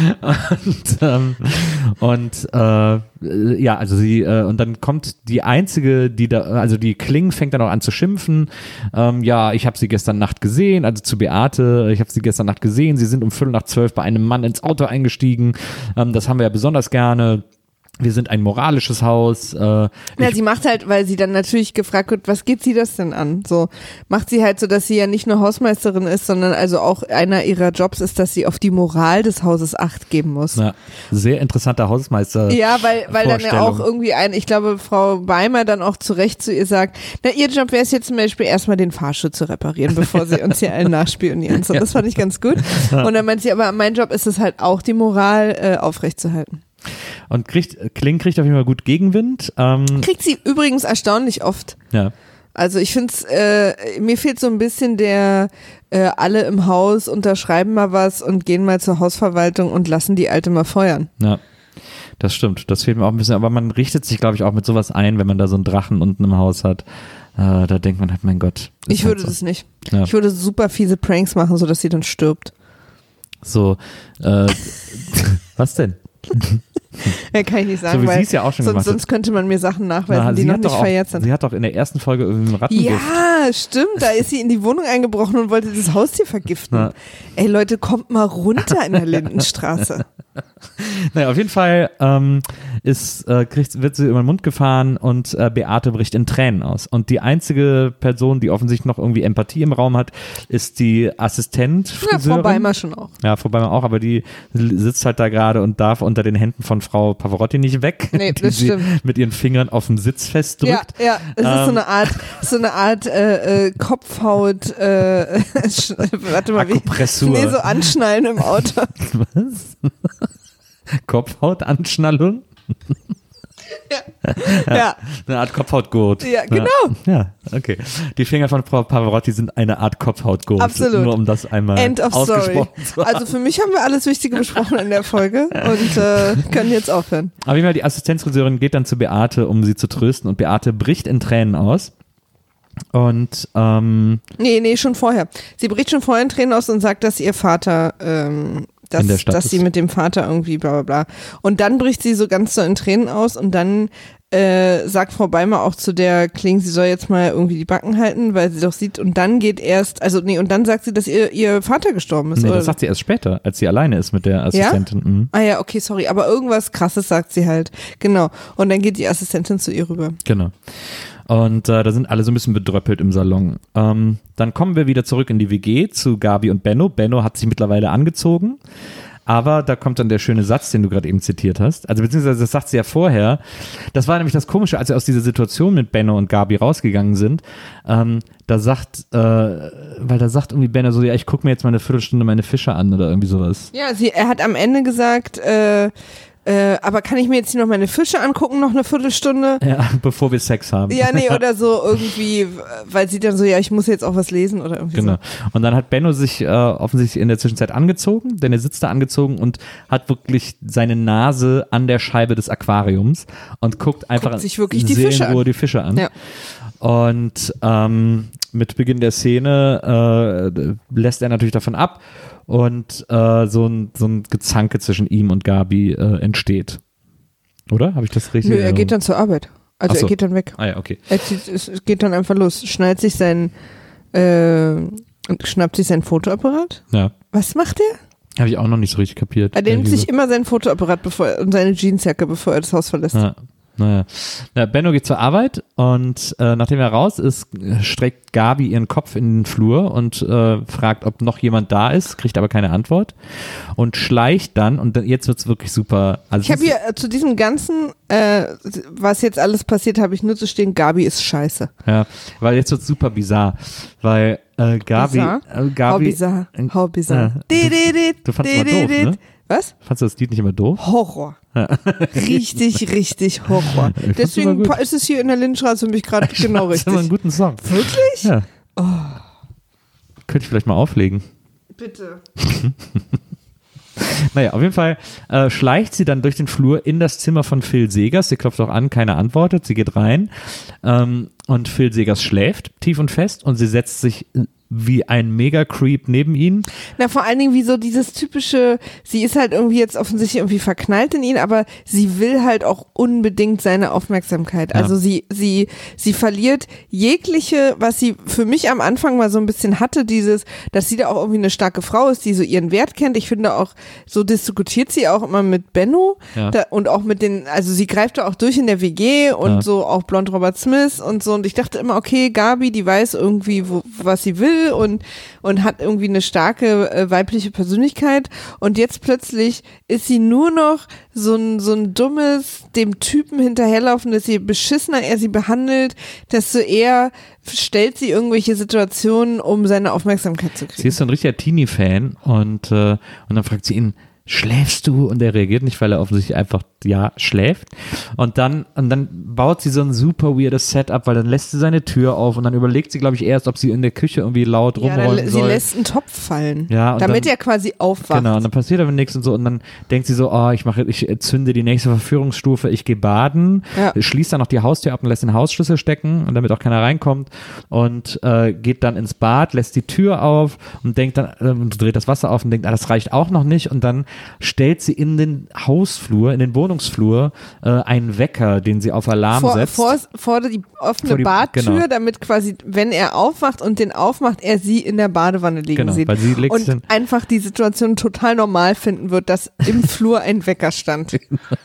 Und, ähm, und äh, ja, also sie, äh, und dann kommt die einzige, die da, also die Kling fängt dann auch an zu schimpfen. Ähm, ja, ich habe sie gestern Nacht gesehen, also zu Beate, ich habe sie gestern Nacht gesehen. Sie sind um Viertel nach zwölf bei einem Mann ins Auto eingestiegen. Ähm, das haben wir ja besonders gerne. Wir sind ein moralisches Haus. Äh, ja, sie macht halt, weil sie dann natürlich gefragt wird, was geht sie das denn an? So macht sie halt so, dass sie ja nicht nur Hausmeisterin ist, sondern also auch einer ihrer Jobs ist, dass sie auf die Moral des Hauses Acht geben muss. Ja, sehr interessanter Hausmeister. Ja, weil, weil dann ja auch irgendwie ein, ich glaube, Frau Beimer dann auch zu Recht zu ihr sagt, na, ihr Job wäre es jetzt zum Beispiel erstmal den Fahrstuhl zu reparieren, bevor sie uns hier allen nachspionieren. So, ja. Das fand ich ganz gut. Und dann meint sie, aber mein Job ist es halt auch, die Moral äh, aufrechtzuerhalten. Und kriegt, Kling kriegt auf jeden Fall gut Gegenwind. Ähm, kriegt sie übrigens erstaunlich oft. Ja. Also ich finde es, äh, mir fehlt so ein bisschen der, äh, alle im Haus unterschreiben mal was und gehen mal zur Hausverwaltung und lassen die Alte mal feuern. Ja, das stimmt. Das fehlt mir auch ein bisschen. Aber man richtet sich, glaube ich, auch mit sowas ein, wenn man da so einen Drachen unten im Haus hat. Äh, da denkt man halt, mein Gott. Ich halt würde so. das nicht. Ja. Ich würde super fiese Pranks machen, sodass sie dann stirbt. So, äh, was denn? Ja, kann ich nicht sagen, so, wie weil sie es ja auch schon sonst, gemacht sonst könnte man mir Sachen nachweisen, Na, die noch nicht auch, verjährt sind. Sie hat doch in der ersten Folge irgendwie einen Rattengift. Ja, stimmt, da ist sie in die Wohnung eingebrochen und wollte das Haustier vergiften. Na. Ey Leute, kommt mal runter in der Lindenstraße. Naja, auf jeden Fall ähm, ist, äh, kriegt, wird sie über den Mund gefahren und äh, Beate bricht in Tränen aus. Und die einzige Person, die offensichtlich noch irgendwie Empathie im Raum hat, ist die Assistent Friseurin. Ja, Frau Beimer schon auch. Ja, Frau Beimer auch, aber die sitzt halt da gerade und darf unter den Händen von Frau Pavarotti nicht weg, nee, die das sie stimmt. mit ihren Fingern auf dem Sitz festdrückt. Ja, ja, es ähm, ist so eine Art, so eine Art äh, äh, Kopfhaut, äh, warte mal, wie, nee, so Anschnallen im Auto. Was? Kopfhautanschnallung? Ja. Eine Art Kopfhautgurt. Ja, genau. Ja, okay. Die Finger von Frau Pavarotti sind eine Art Kopfhautgurt. Absolut. Nur um das einmal End of story. ausgesprochen zu haben. Also für mich haben wir alles Wichtige besprochen in der Folge und äh, können jetzt aufhören. Auf jeden Fall, die Assistenzfriseurin geht dann zu Beate, um sie zu trösten, und Beate bricht in Tränen aus. Und ähm, Nee, nee, schon vorher. Sie bricht schon vorher in Tränen aus und sagt, dass ihr Vater, ähm, dass, In der Stadt dass ist. sie mit dem Vater irgendwie bla bla bla. Und dann bricht sie so ganz so in Tränen aus und dann äh, sagt Frau Beimer auch zu der Kling, sie soll jetzt mal irgendwie die Backen halten, weil sie doch sieht, und dann geht erst, also nee, und dann sagt sie, dass ihr, ihr Vater gestorben ist. nee, oder? das sagt sie erst später, als sie alleine ist mit der Assistentin. Mhm. Ah ja, okay, sorry, aber irgendwas Krasses sagt sie halt. Genau. Und dann geht die Assistentin zu ihr rüber. Genau. Und äh, da sind alle so ein bisschen bedröppelt im Salon. Ähm, dann kommen wir wieder zurück in die W G zu Gabi und Benno. Benno hat sich mittlerweile angezogen. Aber da kommt dann der schöne Satz, den du gerade eben zitiert hast. Also beziehungsweise das sagt sie ja vorher. Das war nämlich das Komische, als sie aus dieser Situation mit Benno und Gabi rausgegangen sind. Ähm, da sagt, äh, weil da sagt irgendwie Benno so, ja, ich gucke mir jetzt mal eine Viertelstunde meine Fische an oder irgendwie sowas. Ja, sie, er hat am Ende gesagt, äh, äh, aber kann ich mir jetzt hier noch meine Fische angucken, noch eine Viertelstunde? Ja, bevor wir Sex haben. Ja, nee, oder so irgendwie, weil sie dann so, ja, ich muss jetzt auch was lesen oder irgendwie Genau. so. Und dann hat Benno sich äh, offensichtlich in der Zwischenzeit angezogen, denn er sitzt da angezogen und hat wirklich seine Nase an der Scheibe des Aquariums und guckt einfach Guckt sich wirklich die sehr Fische in Ruhe an. die Fische an. Ja. Und ähm, mit Beginn der Szene äh, lässt er natürlich davon ab und äh, so, ein, so ein Gezanke zwischen ihm und Gabi äh, entsteht. Oder? Habe ich das richtig? Nö, er geht dann zur Arbeit. Also Ach so. er geht dann weg. Ah ja, okay. Er zieht, es geht dann einfach los, schneidet sich sein, äh, und schnappt sich sein Fotoapparat. Ja. Was macht er? Habe ich auch noch nicht so richtig kapiert. Er nimmt Irgendwie sich so. immer sein Fotoapparat bevor er, und seine Jeansjacke, bevor er das Haus verlässt. Ja. Naja. Na, Benno geht zur Arbeit und äh, nachdem er raus ist, streckt Gabi ihren Kopf in den Flur und äh, fragt, ob noch jemand da ist, kriegt aber keine Antwort und schleicht dann, und dann, jetzt wird's wirklich super. Also Ich habe hier äh, zu diesem ganzen, äh, was jetzt alles passiert, habe ich nur zu stehen, Gabi ist scheiße. Ja, weil jetzt wird's super bizarr, weil äh, Gabi, Bizarr? äh, Gabi, How bizarr, how bizarr. Ja. Di, di, di, Du fandst di, immer doof, di, di. ne? Was? Fandst du das Lied nicht immer doof? Horror. Richtig, richtig Horror. Ich fand's Deswegen immer gut. pa- ist es hier in der Lindstraße für mich gerade genau Das ist immer einen richtig. guten Song. Wirklich? Ja. Könnte ich vielleicht mal auflegen. Bitte. Naja, auf jeden Fall äh, schleicht sie dann durch den Flur in das Zimmer von Phil Segers. Sie klopft auch an, keiner antwortet. Sie geht rein ähm, und Phil Segers schläft tief und fest und sie setzt sich wie ein Mega-Creep neben ihn. Na, vor allen Dingen wie so dieses typische, sie ist halt irgendwie jetzt offensichtlich irgendwie verknallt in ihn, aber sie will halt auch unbedingt seine Aufmerksamkeit. Ja. Also sie, sie, sie verliert jegliche, was sie für mich am Anfang mal so ein bisschen hatte, dieses, dass sie da auch irgendwie eine starke Frau ist, die so ihren Wert kennt. Ich finde auch, so diskutiert sie auch immer mit Benno Ja. da, und auch mit den, also sie greift da auch durch in der W G und Ja. so auch Blond Robert Smith und so, und ich dachte immer, okay, Gabi, die weiß irgendwie, wo, was sie will und, und hat irgendwie eine starke äh, weibliche Persönlichkeit, und jetzt plötzlich ist sie nur noch so ein, so ein dummes, dem Typen hinterherlaufendes, je beschissener er sie behandelt, desto eher stellt sie irgendwelche Situationen, um seine Aufmerksamkeit zu Sie kriegen. ist so ein richtiger Teenie-Fan und, äh, und dann fragt sie ihn, schläfst du? Und er reagiert nicht, weil er offensichtlich einfach, ja, schläft. Und dann, und dann baut sie so ein super weirdes Setup, weil dann lässt sie seine Tür auf und dann überlegt sie, glaube ich, erst, ob sie in der Küche irgendwie laut Ja, rumräumen dann, sie soll. lässt einen Topf fallen, Ja, und damit dann- er quasi aufwacht. Genau, und dann passiert aber nichts und so und dann denkt sie so, oh, ich mache, ich zünde die nächste Verführungsstufe, ich gehe baden, Ja. schließt dann noch die Haustür ab und lässt den Hausschlüssel stecken und damit auch keiner reinkommt und äh, geht dann ins Bad, lässt die Tür auf und denkt dann, äh, und dreht das Wasser auf und denkt, ah, das reicht auch noch nicht, und dann stellt sie in den Hausflur, in den Wohnungsflur äh, einen Wecker, den sie auf Alarm vor, setzt. vor, vor die offene Vor die- Badtür, genau. damit quasi, wenn er aufwacht und den aufmacht, er sie in der Badewanne liegen Genau, sieht. weil sie legt sich Und dann- einfach die Situation total normal finden wird, dass im Flur ein Wecker stand.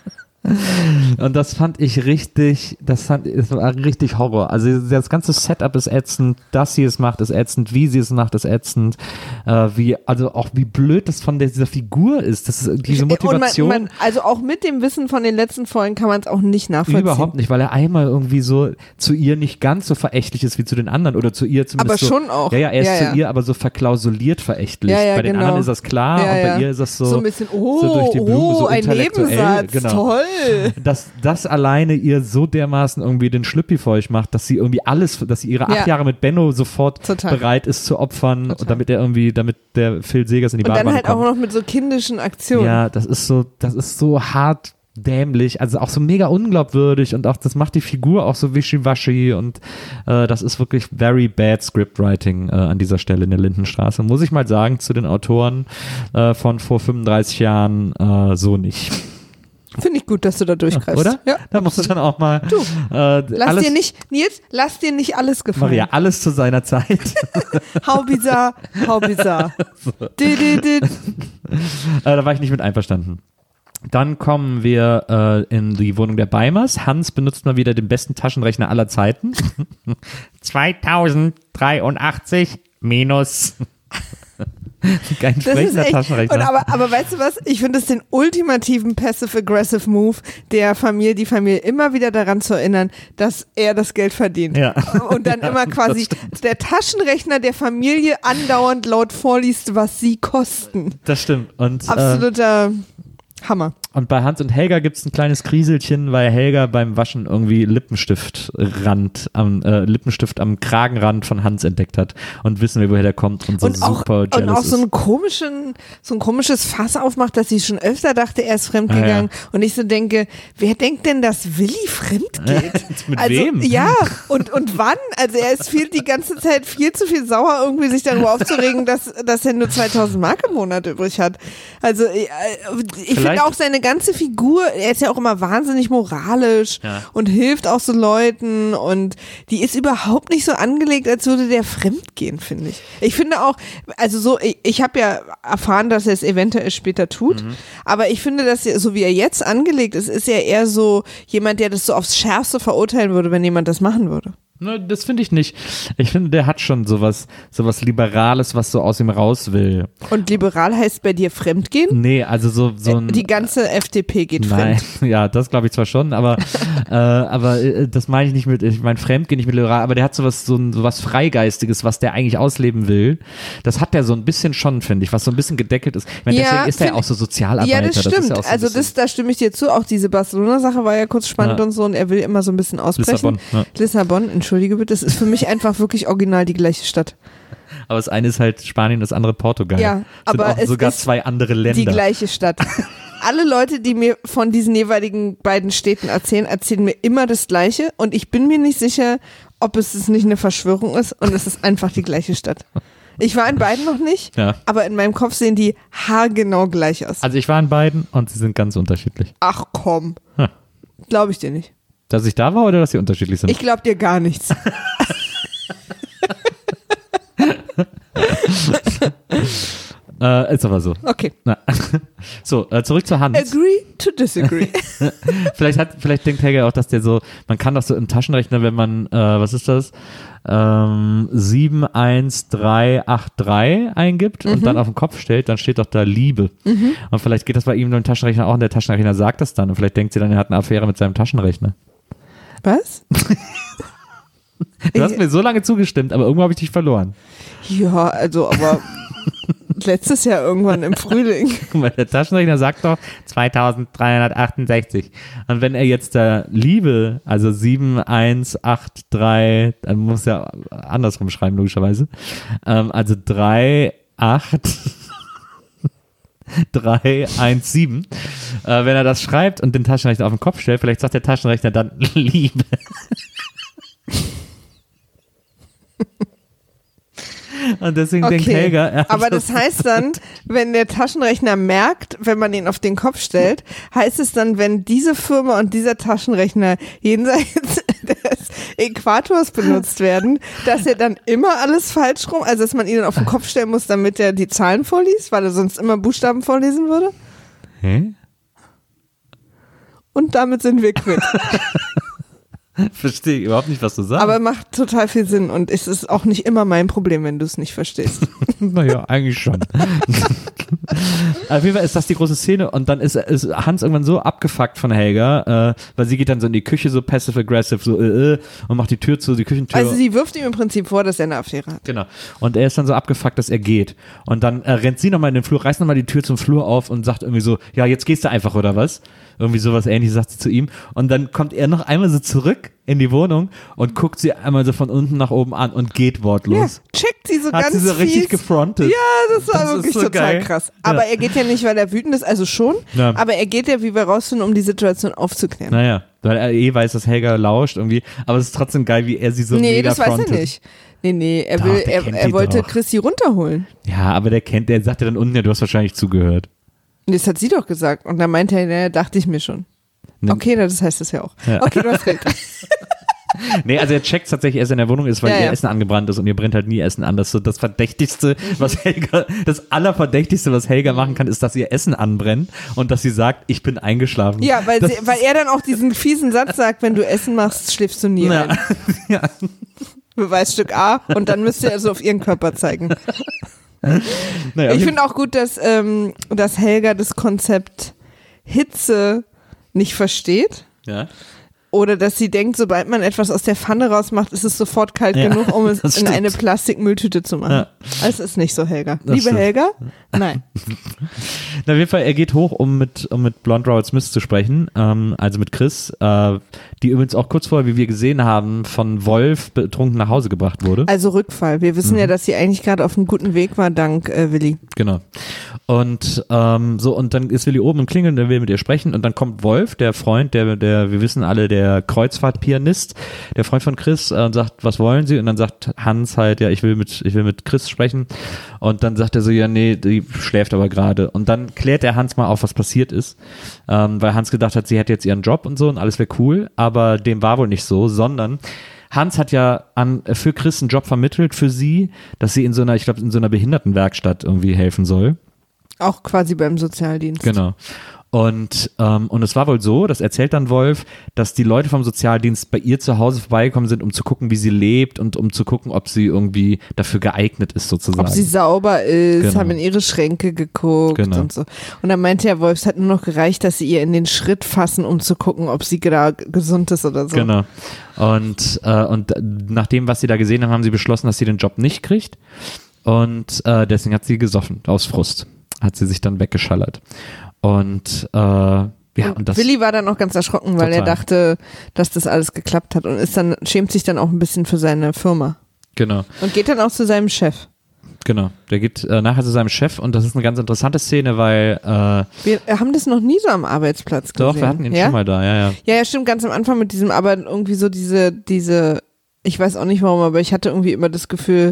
Und das fand ich richtig, das, fand, das war richtig Horror. Also das ganze Setup ist ätzend, dass sie es macht, ist ätzend, wie sie es macht, ist ätzend. Äh, wie, also auch wie blöd das von der, dieser Figur ist. Das ist diese Motivation. Und man, man, also auch mit dem Wissen von den letzten Folgen kann man es auch nicht nachvollziehen. Überhaupt nicht, weil er einmal irgendwie so zu ihr nicht ganz so verächtlich ist wie zu den anderen oder zu ihr zumindest Aber so, schon auch. Ja, ja, er ist Ja, zu ja. ihr aber so verklausuliert verächtlich. Ja, ja, bei den genau. anderen ist das klar Ja, und bei ja. ihr ist das so, So ein bisschen, oh, so durch die Blume, oh, so ein intellektuell. Nebensatz, Genau. toll. dass das alleine ihr so dermaßen irgendwie den Schlüppi feucht macht, dass sie irgendwie alles, dass sie ihre acht Ja. Jahre mit Benno sofort Total. bereit ist zu opfern, Total. und damit er irgendwie, damit der Phil Segers in die Und dann Badewanne halt auch kommt. noch mit so kindischen Aktionen. Ja, das ist so, das ist so hart dämlich, also auch so mega unglaubwürdig, und auch das macht die Figur auch so wischiwaschi, und äh, das ist wirklich very bad Scriptwriting äh, an dieser Stelle in der Lindenstraße. Muss ich mal sagen, zu den Autoren äh, von vor fünfunddreißig Jahren äh, so nicht. Finde ich gut, dass du da durchgreifst. Oder? Ja. Da musst du dann auch mal Du, äh, Lass alles, dir nicht, Nils, lass dir nicht alles gefallen. Maria, alles zu seiner Zeit. How bizarre, how bizarre. Di, di, di. äh, da war ich nicht mit einverstanden. Dann kommen wir äh, in die Wohnung der Beimers. Hans benutzt mal wieder den besten Taschenrechner aller Zeiten. zweitausenddreiundachtzig minus. Kein Das ist sprechender echt, Taschenrechner. und aber, aber weißt du was? Ich finde es den ultimativen Passive-Aggressive Move der Familie, die Familie immer wieder daran zu erinnern, dass er das Geld verdient. Ja. Und dann immer quasi der Taschenrechner der Familie andauernd laut vorliest, was sie kosten. Das stimmt. Und, äh, Absoluter Hammer. und bei Hans und Helga gibt es ein kleines Kriselchen, weil Helga beim Waschen irgendwie Lippenstiftrand am äh, Lippenstift am Kragenrand von Hans entdeckt hat, und wissen wir, woher der kommt, und so Und auch, super und jealous auch so, ist. einen komischen, so ein komisches Fass aufmacht, dass sie schon öfter dachte, er ist fremdgegangen. Ah, ja. Und ich so denke, wer denkt denn, dass Willi fremd geht? Mit also, wem? Ja, und, und wann? Also er ist viel, die ganze Zeit viel zu viel sauer, irgendwie sich darüber aufzuregen, dass, dass er nur zweitausend Mark im Monat übrig hat. Also ich, ich finde Vielleicht- auch seine ganze Figur, er ist ja auch immer wahnsinnig moralisch Ja. und hilft auch so Leuten, und die ist überhaupt nicht so angelegt, als würde der fremd gehen, finde ich. Ich finde auch, also so, ich, ich habe ja erfahren, dass er es eventuell später tut, Mhm. aber ich finde, dass er, so wie er jetzt angelegt ist, ist er eher so jemand, der das so aufs Schärfste verurteilen würde, wenn jemand das machen würde. Ne, das finde ich nicht. Ich finde, der hat schon sowas, sowas Liberales, was so aus ihm raus will. Und liberal heißt bei dir fremdgehen? Nee, also so, so ein. Die ganze F D P geht Nein, fremd. ja, das glaube ich zwar schon, aber, äh, aber äh, das meine ich nicht mit, ich meine Fremdgehen nicht mit liberal, aber der hat sowas, so ein, sowas Freigeistiges, was der eigentlich ausleben will. Das hat der so ein bisschen schon, finde ich, was so ein bisschen gedeckelt ist. Ich meine, Ja, deswegen ist er ja find- auch so Sozialarbeiter. Ja, das stimmt. ist ja auch so ein also bisschen- das, da stimme ich dir zu. Auch diese Barcelona-Sache war ja kurz spannend Ja. und so, und er will immer so ein bisschen ausbrechen. Lissabon, ja. Lissabon, entschuldige bitte, das ist für mich einfach wirklich original die gleiche Stadt. Aber das eine ist halt Spanien, das andere Portugal. Ja, Sind aber auch es sogar ist zwei andere Länder. Die gleiche Stadt. Alle Leute, die mir von diesen jeweiligen beiden Städten erzählen, erzählen mir immer das Gleiche, und ich bin mir nicht sicher, ob es es nicht eine Verschwörung ist, und es ist einfach die gleiche Stadt. Ich war in beiden noch nicht, Ja. aber in meinem Kopf sehen die haargenau gleich aus. Also ich war in beiden und sie sind ganz unterschiedlich. Ach komm, Hm. glaube ich dir nicht. Dass ich da war oder dass sie unterschiedlich sind? Ich glaube dir gar nichts. äh, ist aber so. Okay. Na. So, äh, zurück zu Hans. Agree to disagree. Vielleicht hat, vielleicht denkt Helga auch, dass der so, man kann doch so im Taschenrechner, wenn man, äh, was ist das? Ähm, sieben eins drei acht drei eingibt und dann auf den Kopf stellt, dann steht doch da Liebe. Und vielleicht geht das bei ihm nur im Taschenrechner auch, und der Taschenrechner sagt das dann, und vielleicht denkt sie dann, er hat eine Affäre mit seinem Taschenrechner. Was? Du hast mir so lange zugestimmt, aber irgendwo habe ich dich verloren. Ja, also, aber letztes Jahr irgendwann im Frühling. Guck mal, der Taschenrechner sagt doch zweitausenddreihundertachtundsechzig. Und wenn er jetzt da Liebe, also sieben eins acht drei, dann muss er andersrum schreiben, logischerweise. Ähm, also drei acht drei eins sieben. Äh, wenn er das schreibt und den Taschenrechner auf den Kopf stellt, vielleicht sagt der Taschenrechner dann Liebe. Und deswegen denkt Helga, er hat aber das heißt dann, wenn der Taschenrechner merkt, wenn man ihn auf den Kopf stellt, heißt es dann, wenn diese Firma und dieser Taschenrechner jenseits des Äquators benutzt werden, dass er dann immer alles falsch rum, also dass man ihn dann auf den Kopf stellen muss, damit er die Zahlen vorliest, weil er sonst immer Buchstaben vorlesen würde? Hä? Und damit sind wir quitt. Verstehe ich überhaupt nicht, was du sagst. Aber macht total viel Sinn und es ist auch nicht immer mein Problem, wenn du es nicht verstehst. Naja, eigentlich schon. Auf jeden Fall ist das die große Szene und dann ist, ist Hans irgendwann so abgefuckt von Helga, äh, weil sie geht dann so in die Küche so passive-aggressive so äh, äh, und macht die Tür zu, die Küchentür. Also sie wirft ihm im Prinzip vor, dass er eine Affäre hat. Genau. Und er ist dann so abgefuckt, dass er geht. Und dann äh, rennt sie nochmal in den Flur, reißt nochmal die Tür zum Flur auf und sagt irgendwie so, ja, jetzt gehst du einfach, oder was? Irgendwie sowas Ähnliches sagt sie zu ihm. Und dann kommt er noch einmal so zurück in die Wohnung und guckt sie einmal so von unten nach oben an und geht wortlos. Ja, checkt sie so Hat ganz sie so richtig fies. gefrontet. Ja, das war Das ist wirklich so total geil. krass. Aber Ja. er geht ja nicht, weil er wütend ist, also schon, Ja. aber er geht ja, wie wir rausfinden, um die Situation aufzuklären. Naja, weil er eh weiß, dass Helga lauscht irgendwie. Aber es ist trotzdem geil, wie er sie so nee, mega das weiß frontet. er nicht. Nee, nee, er, Doch, will, der er, kennt er die wollte doch. Chrissy runterholen. Ja, aber der kennt, der sagt ja dann unten, ja, du hast wahrscheinlich zugehört. Das hat sie doch gesagt. Und dann meinte er, naja, dachte ich mir schon. Ne- Okay, das heißt es ja auch. Ja. Okay, du hast recht. Nee, also er checkt tatsächlich, erst in der Wohnung ist, weil Ja, ihr ja. Essen angebrannt ist und ihr brennt halt nie Essen an. Das ist so das Verdächtigste, was Helga, das Allerverdächtigste, was Helga machen kann, ist, dass ihr Essen anbrennt und dass sie sagt, ich bin eingeschlafen. Ja, weil, das sie, weil er dann auch diesen fiesen Satz sagt, wenn du Essen machst, schläfst du nie Ja. ein. Ja. Beweisstück A und dann müsst ihr also auf ihren Körper zeigen. Naja, Ich finde auch gut, dass, ähm, dass Helga das Konzept Hitze nicht versteht. ja. Oder dass sie denkt, sobald man etwas aus der Pfanne rausmacht, ist es sofort kalt Ja, genug, um es das in stimmt. eine Plastikmülltüte zu machen. Ja. Das ist nicht so, Helga. Das Liebe stimmt. Helga? Nein. Na, auf jeden Fall, er geht hoch, um mit, um mit Blonde Robert Smith zu sprechen, ähm, also mit Chris, äh, die übrigens auch kurz vorher, wie wir gesehen haben, von Wolf betrunken nach Hause gebracht wurde. Also Rückfall. Wir wissen Mhm. ja, dass sie eigentlich gerade auf einem guten Weg war, dank äh, Willi. Genau. Und ähm, so, und dann ist Willi oben und klingelt und der will mit ihr sprechen und dann kommt Wolf, der Freund, der, der, wir wissen alle, der Kreuzfahrtpianist, der Freund von Chris, äh, und sagt, was wollen Sie? Und dann sagt Hans halt, ja, ich will mit, ich will mit Chris sprechen. Und dann sagt er so, ja, nee, die schläft aber gerade. Und dann klärt der Hans mal auf, was passiert ist, ähm, weil Hans gedacht hat, sie hätte jetzt ihren Job und so und alles wäre cool, aber dem war wohl nicht so, sondern Hans hat ja an, für Chris einen Job vermittelt für sie, dass sie in so einer, ich glaube, in so einer Behindertenwerkstatt irgendwie helfen soll. Auch quasi beim Sozialdienst. Genau. Und, ähm, und es war wohl so, das erzählt dann Wolf, dass die Leute vom Sozialdienst bei ihr zu Hause vorbeigekommen sind, um zu gucken, wie sie lebt und um zu gucken, ob sie irgendwie dafür geeignet ist, sozusagen. Ob sie sauber ist, Genau. haben in ihre Schränke geguckt Genau. und so. Und dann meinte ja Wolf, es hat nur noch gereicht, dass sie ihr in den Schritt fassen, um zu gucken, ob sie gerade gesund ist oder so. Genau. Und, äh, und nach dem, was sie da gesehen haben, haben sie beschlossen, dass sie den Job nicht kriegt. Und äh, deswegen hat sie gesoffen, aus Frust. Hat sie sich dann weggeschallert. Und äh, ja, und, und das. Willi war dann auch ganz erschrocken, weil er Total. dachte, dass das alles geklappt hat und ist dann, schämt sich dann auch ein bisschen für seine Firma. Genau. Und geht dann auch zu seinem Chef. Genau, der geht äh, nachher zu seinem Chef und das ist eine ganz interessante Szene, weil äh, Wir haben das noch nie so am Arbeitsplatz gesehen. doch, wir hatten ihn ja? schon mal da, ja, ja. Ja, ja, stimmt, ganz am Anfang mit diesem, aber irgendwie so diese, diese, ich weiß auch nicht warum, aber ich hatte irgendwie immer das Gefühl,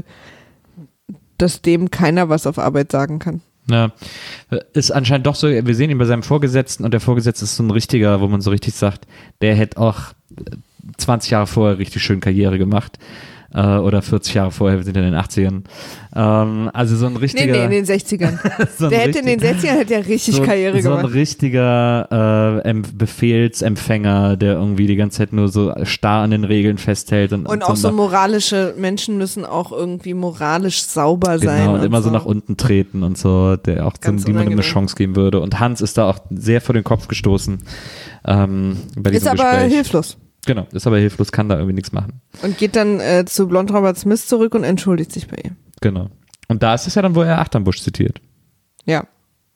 dass dem keiner was auf Arbeit sagen kann. Ja, ist anscheinend doch so, wir sehen ihn bei seinem Vorgesetzten und der Vorgesetzte ist so ein richtiger, wo man so richtig sagt, der hätte auch zwanzig Jahre vorher richtig schön Karriere gemacht. Äh, oder vierzig Jahre vorher, wir sind ja in den achtzigern. Ähm, also so ein Nee, richtiger. nee, in den sechzigern. so ein Der hätte in den richtig- sechzigern hätte ja richtig so, Karriere so ein gemacht. richtiger äh, em- Befehlsempfänger, der irgendwie die ganze Zeit nur so starr an den Regeln festhält. Und, Und und auch so nach- moralische Menschen müssen auch irgendwie moralisch sauber sein. Genau, und immer so nach unten treten und so, der auch so, Ganz niemandem eine unangenehm. Chance geben würde. Und Hans ist da auch sehr vor den Kopf gestoßen ähm, bei diesem Ist aber Gespräch. hilflos. Genau, ist aber hilflos, kann da irgendwie nichts machen. Und geht dann äh, zu Blonde Robert Smith zurück und entschuldigt sich bei ihr. Genau. Und da ist es ja dann, wo er Achternbusch zitiert. Ja.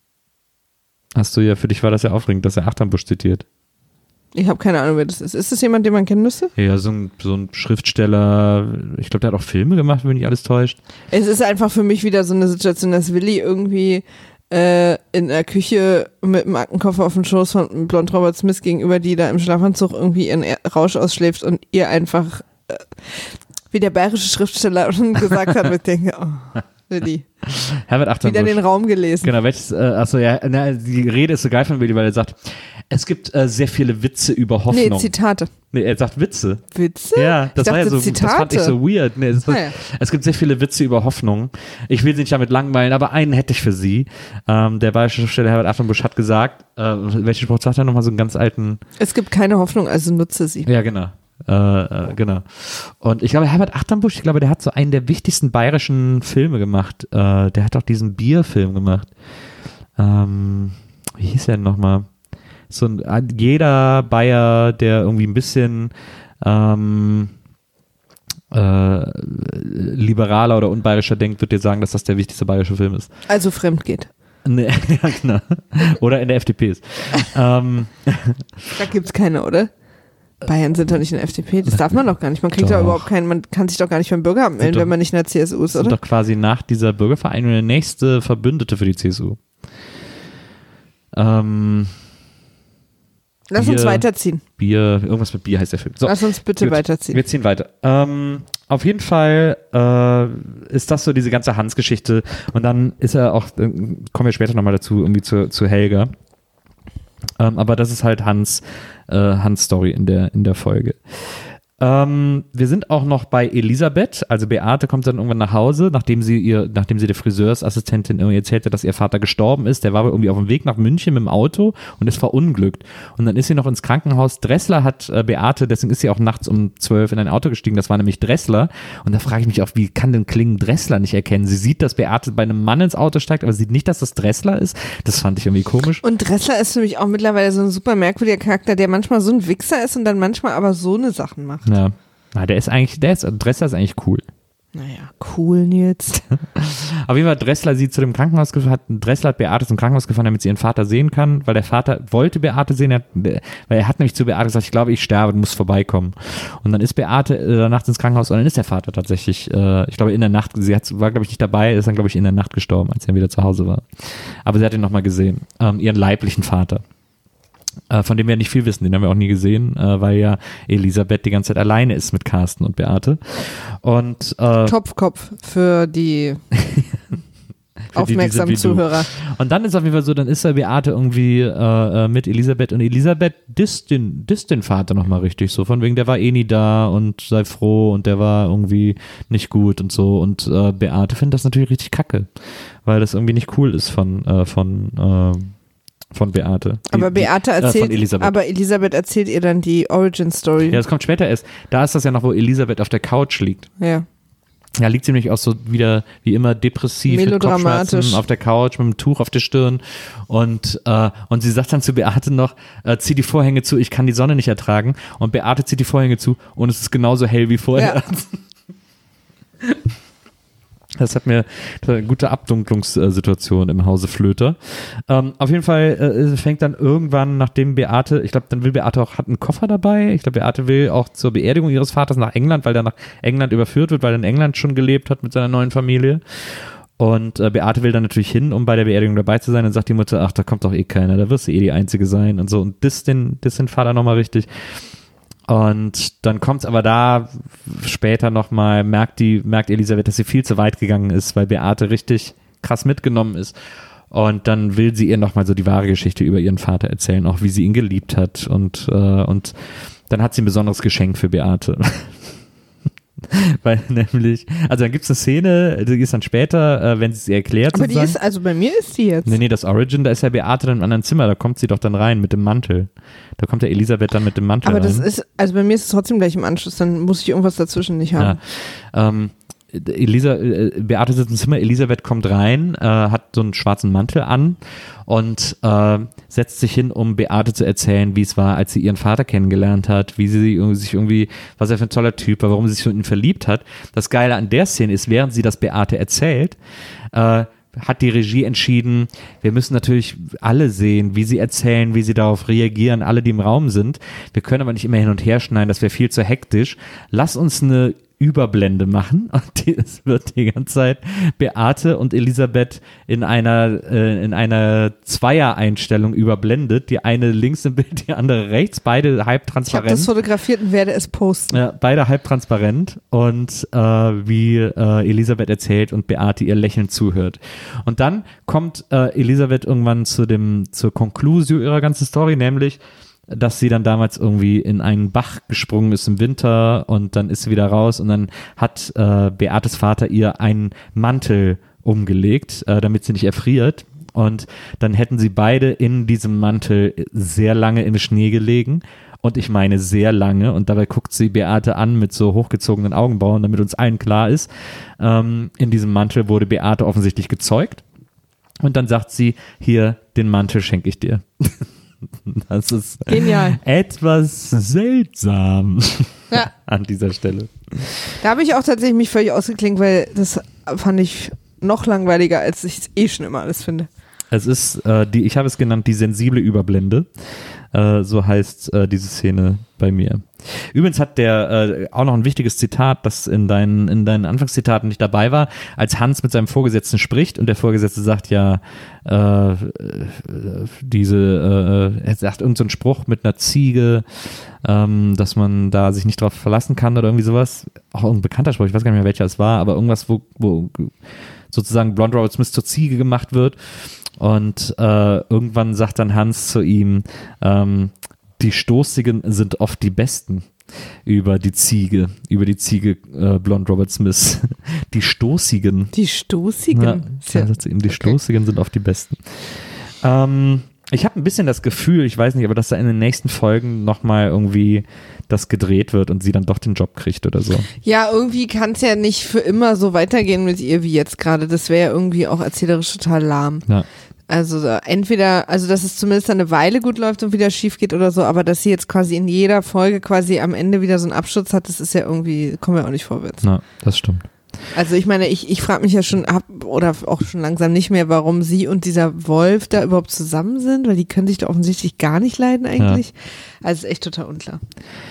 Hast du ja, für dich war das ja aufregend, dass er Achternbusch zitiert. Ich habe keine Ahnung, wer das ist. Ist das jemand, den man kennen müsste? Ja, so ein, so ein Schriftsteller, ich glaube, der hat auch Filme gemacht, wenn mich alles täuscht. Es ist einfach für mich wieder so eine Situation, dass Willi irgendwie äh, in der Küche mit dem Aktenkoffer auf dem Schoß von Blonde Robert Smith gegenüber, die da im Schlafanzug irgendwie ihren Rausch ausschläft und ihr einfach, äh, wie der bayerische Schriftsteller schon gesagt hat, ich denke, oh, Willi, Herbert Achternbusch. wieder den Raum gelesen. Genau, welches, äh, achso, ja, na, die Rede ist so geil von Willi, weil er sagt, es gibt äh, sehr viele Witze über Hoffnung. Nee, Zitate. Nee, er sagt Witze. Witze? Ja, das Ich war ja dachte, so, das fand ich Zitate. so weird. Nee, es, Ah, ja. es gibt sehr viele Witze über Hoffnung. Ich will sie nicht damit langweilen, aber einen hätte ich für sie. Ähm, der bayerische Schriftsteller Herbert Achternbusch hat gesagt, äh, welchen Spruch sagt er nochmal, so einen ganz alten, Es gibt keine Hoffnung, also nutze sie. ja genau, Äh, äh, genau. Und ich glaube, Herbert Achternbusch, ich glaube, der hat so einen der wichtigsten bayerischen Filme gemacht. Äh, der hat auch diesen Bierfilm gemacht. Ähm, wie hieß der denn nochmal? So ein, jeder Bayer, der irgendwie ein bisschen ähm, äh, liberaler oder unbayerischer denkt, wird dir sagen, dass das der wichtigste bayerische Film ist. Also fremd geht. Nee, ja, genau. Oder in der F D P ist. ähm, Da gibt's keine, oder? Bayern sind doch nicht in der F D P, das darf man doch gar nicht. Man kriegt Doch. doch überhaupt keinen, man kann sich doch gar nicht beim Bürgeramt melden, doch- wenn man nicht in der C S U ist, sind oder? doch quasi nach dieser Bürgervereinigung der nächste Verbündete für die C S U. Ähm, Lass Bier- uns weiterziehen. Bier, irgendwas mit Bier heißt der Film. So, Lass uns bitte gut. weiterziehen. Wir ziehen weiter. Ähm, auf jeden Fall äh, ist das so diese ganze Hans-Geschichte und dann ist er auch, äh, kommen wir später nochmal dazu, irgendwie zu, zu Helga. Ähm, aber das ist halt Hans, äh, Hans Story in der, in der Folge. Ähm, wir sind auch noch bei Elisabeth, also Beate kommt dann irgendwann nach Hause, nachdem sie ihr, nachdem sie der Friseursassistentin irgendwie erzählte, dass ihr Vater gestorben ist. Der war irgendwie auf dem Weg nach München mit dem Auto und ist verunglückt. Und dann ist sie noch ins Krankenhaus. Dressler hat äh, Beate, deswegen ist sie auch nachts um zwölf in ein Auto gestiegen. Das war nämlich Dressler. Und da frage ich mich auch, wie kann denn Klingen Dressler nicht erkennen? Sie sieht, dass Beate bei einem Mann ins Auto steigt, aber sieht nicht, dass das Dressler ist. Das fand ich irgendwie komisch. Und Dressler ist für mich auch mittlerweile so ein super merkwürdiger Charakter, der manchmal so ein Wichser ist und dann manchmal aber so eine Sachen macht. Ja. Na, der ist eigentlich, der ist, Dressler ist eigentlich cool. Naja, cool, Nils. Auf jeden Fall, Dressler sie zu dem Krankenhaus gefahren, hat, Dressler hat Beate zum Krankenhaus gefahren, damit sie ihren Vater sehen kann, weil der Vater wollte Beate sehen, er hat, weil er hat nämlich zu Beate gesagt, ich glaube, ich sterbe, du musst vorbeikommen. Und dann ist Beate äh, nachts ins Krankenhaus und dann ist der Vater tatsächlich, äh, ich glaube, in der Nacht, sie hat, war, glaube ich, nicht dabei, ist dann, glaube ich, in der Nacht gestorben, als er wieder zu Hause war. Aber sie hat ihn nochmal gesehen, ähm, ihren leiblichen Vater. Äh, von dem wir nicht viel wissen, den haben wir auch nie gesehen, äh, weil ja Elisabeth die ganze Zeit alleine ist mit Carsten und Beate. Und äh, Topfkopf für die aufmerksamen die sind wie du. Zuhörer. Und dann ist auf jeden Fall so, dann ist er Beate irgendwie äh, mit Elisabeth und Elisabeth disst den, disst den Vater nochmal richtig so, von wegen, der war eh nie da und sei froh und der war irgendwie nicht gut und so und äh, Beate findet das natürlich richtig kacke, weil das irgendwie nicht cool ist von äh, von äh, von Beate. Die, Aber Beate die, äh, erzählt, von Elisabeth. aber Elisabeth erzählt ihr dann die Origin-Story. Ja, das kommt später erst. Da ist das ja noch, wo Elisabeth auf der Couch liegt. Ja. Ja, liegt sie nämlich auch so wieder, wie immer, depressiv, mit Melodramatisch. Kopfschmerzen auf der Couch, mit einem Tuch auf der Stirn und, äh, und sie sagt dann zu Beate noch, äh, zieh die Vorhänge zu, ich kann die Sonne nicht ertragen und Beate zieht die Vorhänge zu und es ist genauso hell wie vorher. Ja. Das hat mir das hat eine gute Abdunklungssituation im Hause Flöter. Ähm, auf jeden Fall äh, fängt dann irgendwann, nachdem Beate, ich glaube, dann will Beate auch, hat einen Koffer dabei. Ich glaube, Beate will auch zur Beerdigung ihres Vaters nach England, weil der nach England überführt wird, weil er in England schon gelebt hat mit seiner neuen Familie. Und äh, Beate will dann natürlich hin, um bei der Beerdigung dabei zu sein. Dann sagt die Mutter, ach, da kommt doch eh keiner, da wirst du eh die Einzige sein und so. Und das den, das den Vater nochmal richtig. Und dann kommt es aber da später nochmal, merkt die, merkt Elisabeth, dass sie viel zu weit gegangen ist, weil Beate richtig krass mitgenommen ist. Und dann will sie ihr nochmal so die wahre Geschichte über ihren Vater erzählen, auch wie sie ihn geliebt hat. Und, äh, und dann hat sie ein besonderes Geschenk für Beate. Weil nämlich, also dann gibt es eine Szene, die ist dann später, äh, wenn sie es ihr erklärt. Aber die sozusagen. ist, also bei mir ist die jetzt. Nee, nee, das Origin, da ist ja Beate dann im anderen Zimmer, da kommt sie doch dann rein mit dem Mantel. Da kommt ja Elisabeth dann mit dem Mantel Aber rein. das ist, also bei mir ist es trotzdem gleich im Anschluss, dann muss ich irgendwas dazwischen nicht haben. Ja. Ähm, Elisa, äh, Beate sitzt im Zimmer, Elisabeth kommt rein, äh, hat so einen schwarzen Mantel an und äh, setzt sich hin, um Beate zu erzählen, wie es war, als sie ihren Vater kennengelernt hat, wie sie sich irgendwie, was er für ein toller Typ war, warum sie sich in ihn verliebt hat. Das Geile an der Szene ist, während sie das Beate erzählt, äh, hat die Regie entschieden, wir müssen natürlich alle sehen, wie sie erzählen, wie sie darauf reagieren, alle, die im Raum sind. Wir können aber nicht immer hin und her schneiden, das wäre viel zu hektisch. Lass uns eine Überblende machen und die, es wird die ganze Zeit Beate und Elisabeth in einer äh, in einer Zweier-Einstellung überblendet. Die eine links im Bild, die andere rechts, beide halb Ich habe transparent. das fotografiert und werde es posten. Ja, beide halb transparent und äh, wie äh, Elisabeth erzählt und Beate ihr lächelnd zuhört. Und dann kommt äh, Elisabeth irgendwann zu dem zur Conclusio ihrer ganzen Story, nämlich dass sie dann damals irgendwie in einen Bach gesprungen ist im Winter und dann ist sie wieder raus und dann hat äh, Beates Vater ihr einen Mantel umgelegt, äh, damit sie nicht erfriert. Und dann hätten sie beide in diesem Mantel sehr lange im Schnee gelegen Und ich meine sehr lange. Und dabei guckt sie Beate an mit so hochgezogenen Augenbrauen, damit uns allen klar ist, ähm, in diesem Mantel wurde Beate offensichtlich gezeugt. Und dann sagt sie, hier, den Mantel schenke ich dir. Das ist Genial. Etwas seltsam Ja. an dieser Stelle. Da habe ich auch tatsächlich mich völlig ausgeklinkt, weil das fand ich noch langweiliger, als ich es eh schon immer alles finde. Es ist, äh, die, ich habe es genannt, die sensible Überblende. Äh, so heißt äh, diese Szene bei mir. Übrigens hat der äh, auch noch ein wichtiges Zitat, das in deinen, in deinen Anfangszitaten nicht dabei war, als Hans mit seinem Vorgesetzten spricht und der Vorgesetzte sagt ja, äh, diese, äh, er sagt irgendeinen so einen Spruch mit einer Ziege, ähm, dass man da sich nicht drauf verlassen kann oder irgendwie sowas. Auch ein bekannter Spruch, ich weiß gar nicht mehr, welcher es war, aber irgendwas, wo, wo sozusagen Blonde Robert Smith zur Ziege gemacht wird. Und äh, irgendwann sagt dann Hans zu ihm, ähm, die Stoßigen sind oft die Besten über die Ziege, über die Ziege äh, Blonde Robert Smith. Die Stoßigen. Die Stoßigen? Ja, ja. Sagt zu ihm, die okay. Stoßigen sind oft die Besten. Ähm, ich habe ein bisschen das Gefühl, ich weiß nicht, aber dass da in den nächsten Folgen nochmal irgendwie das gedreht wird und sie dann doch den Job kriegt oder so. Ja, irgendwie kann es ja nicht für immer so weitergehen mit ihr wie jetzt gerade. Das wäre ja irgendwie auch erzählerisch total lahm. Ja. Also entweder, also dass es zumindest eine Weile gut läuft und wieder schief geht oder so, aber dass sie jetzt quasi in jeder Folge quasi am Ende wieder so einen Absturz hat, das ist ja irgendwie, kommen wir auch nicht vorwärts. Na, das stimmt. Also ich meine, ich, ich frage mich ja schon ab oder auch schon langsam nicht mehr, warum sie und dieser Wolf da überhaupt zusammen sind, weil die können sich da offensichtlich gar nicht leiden eigentlich. Ja. Also ist echt total unklar.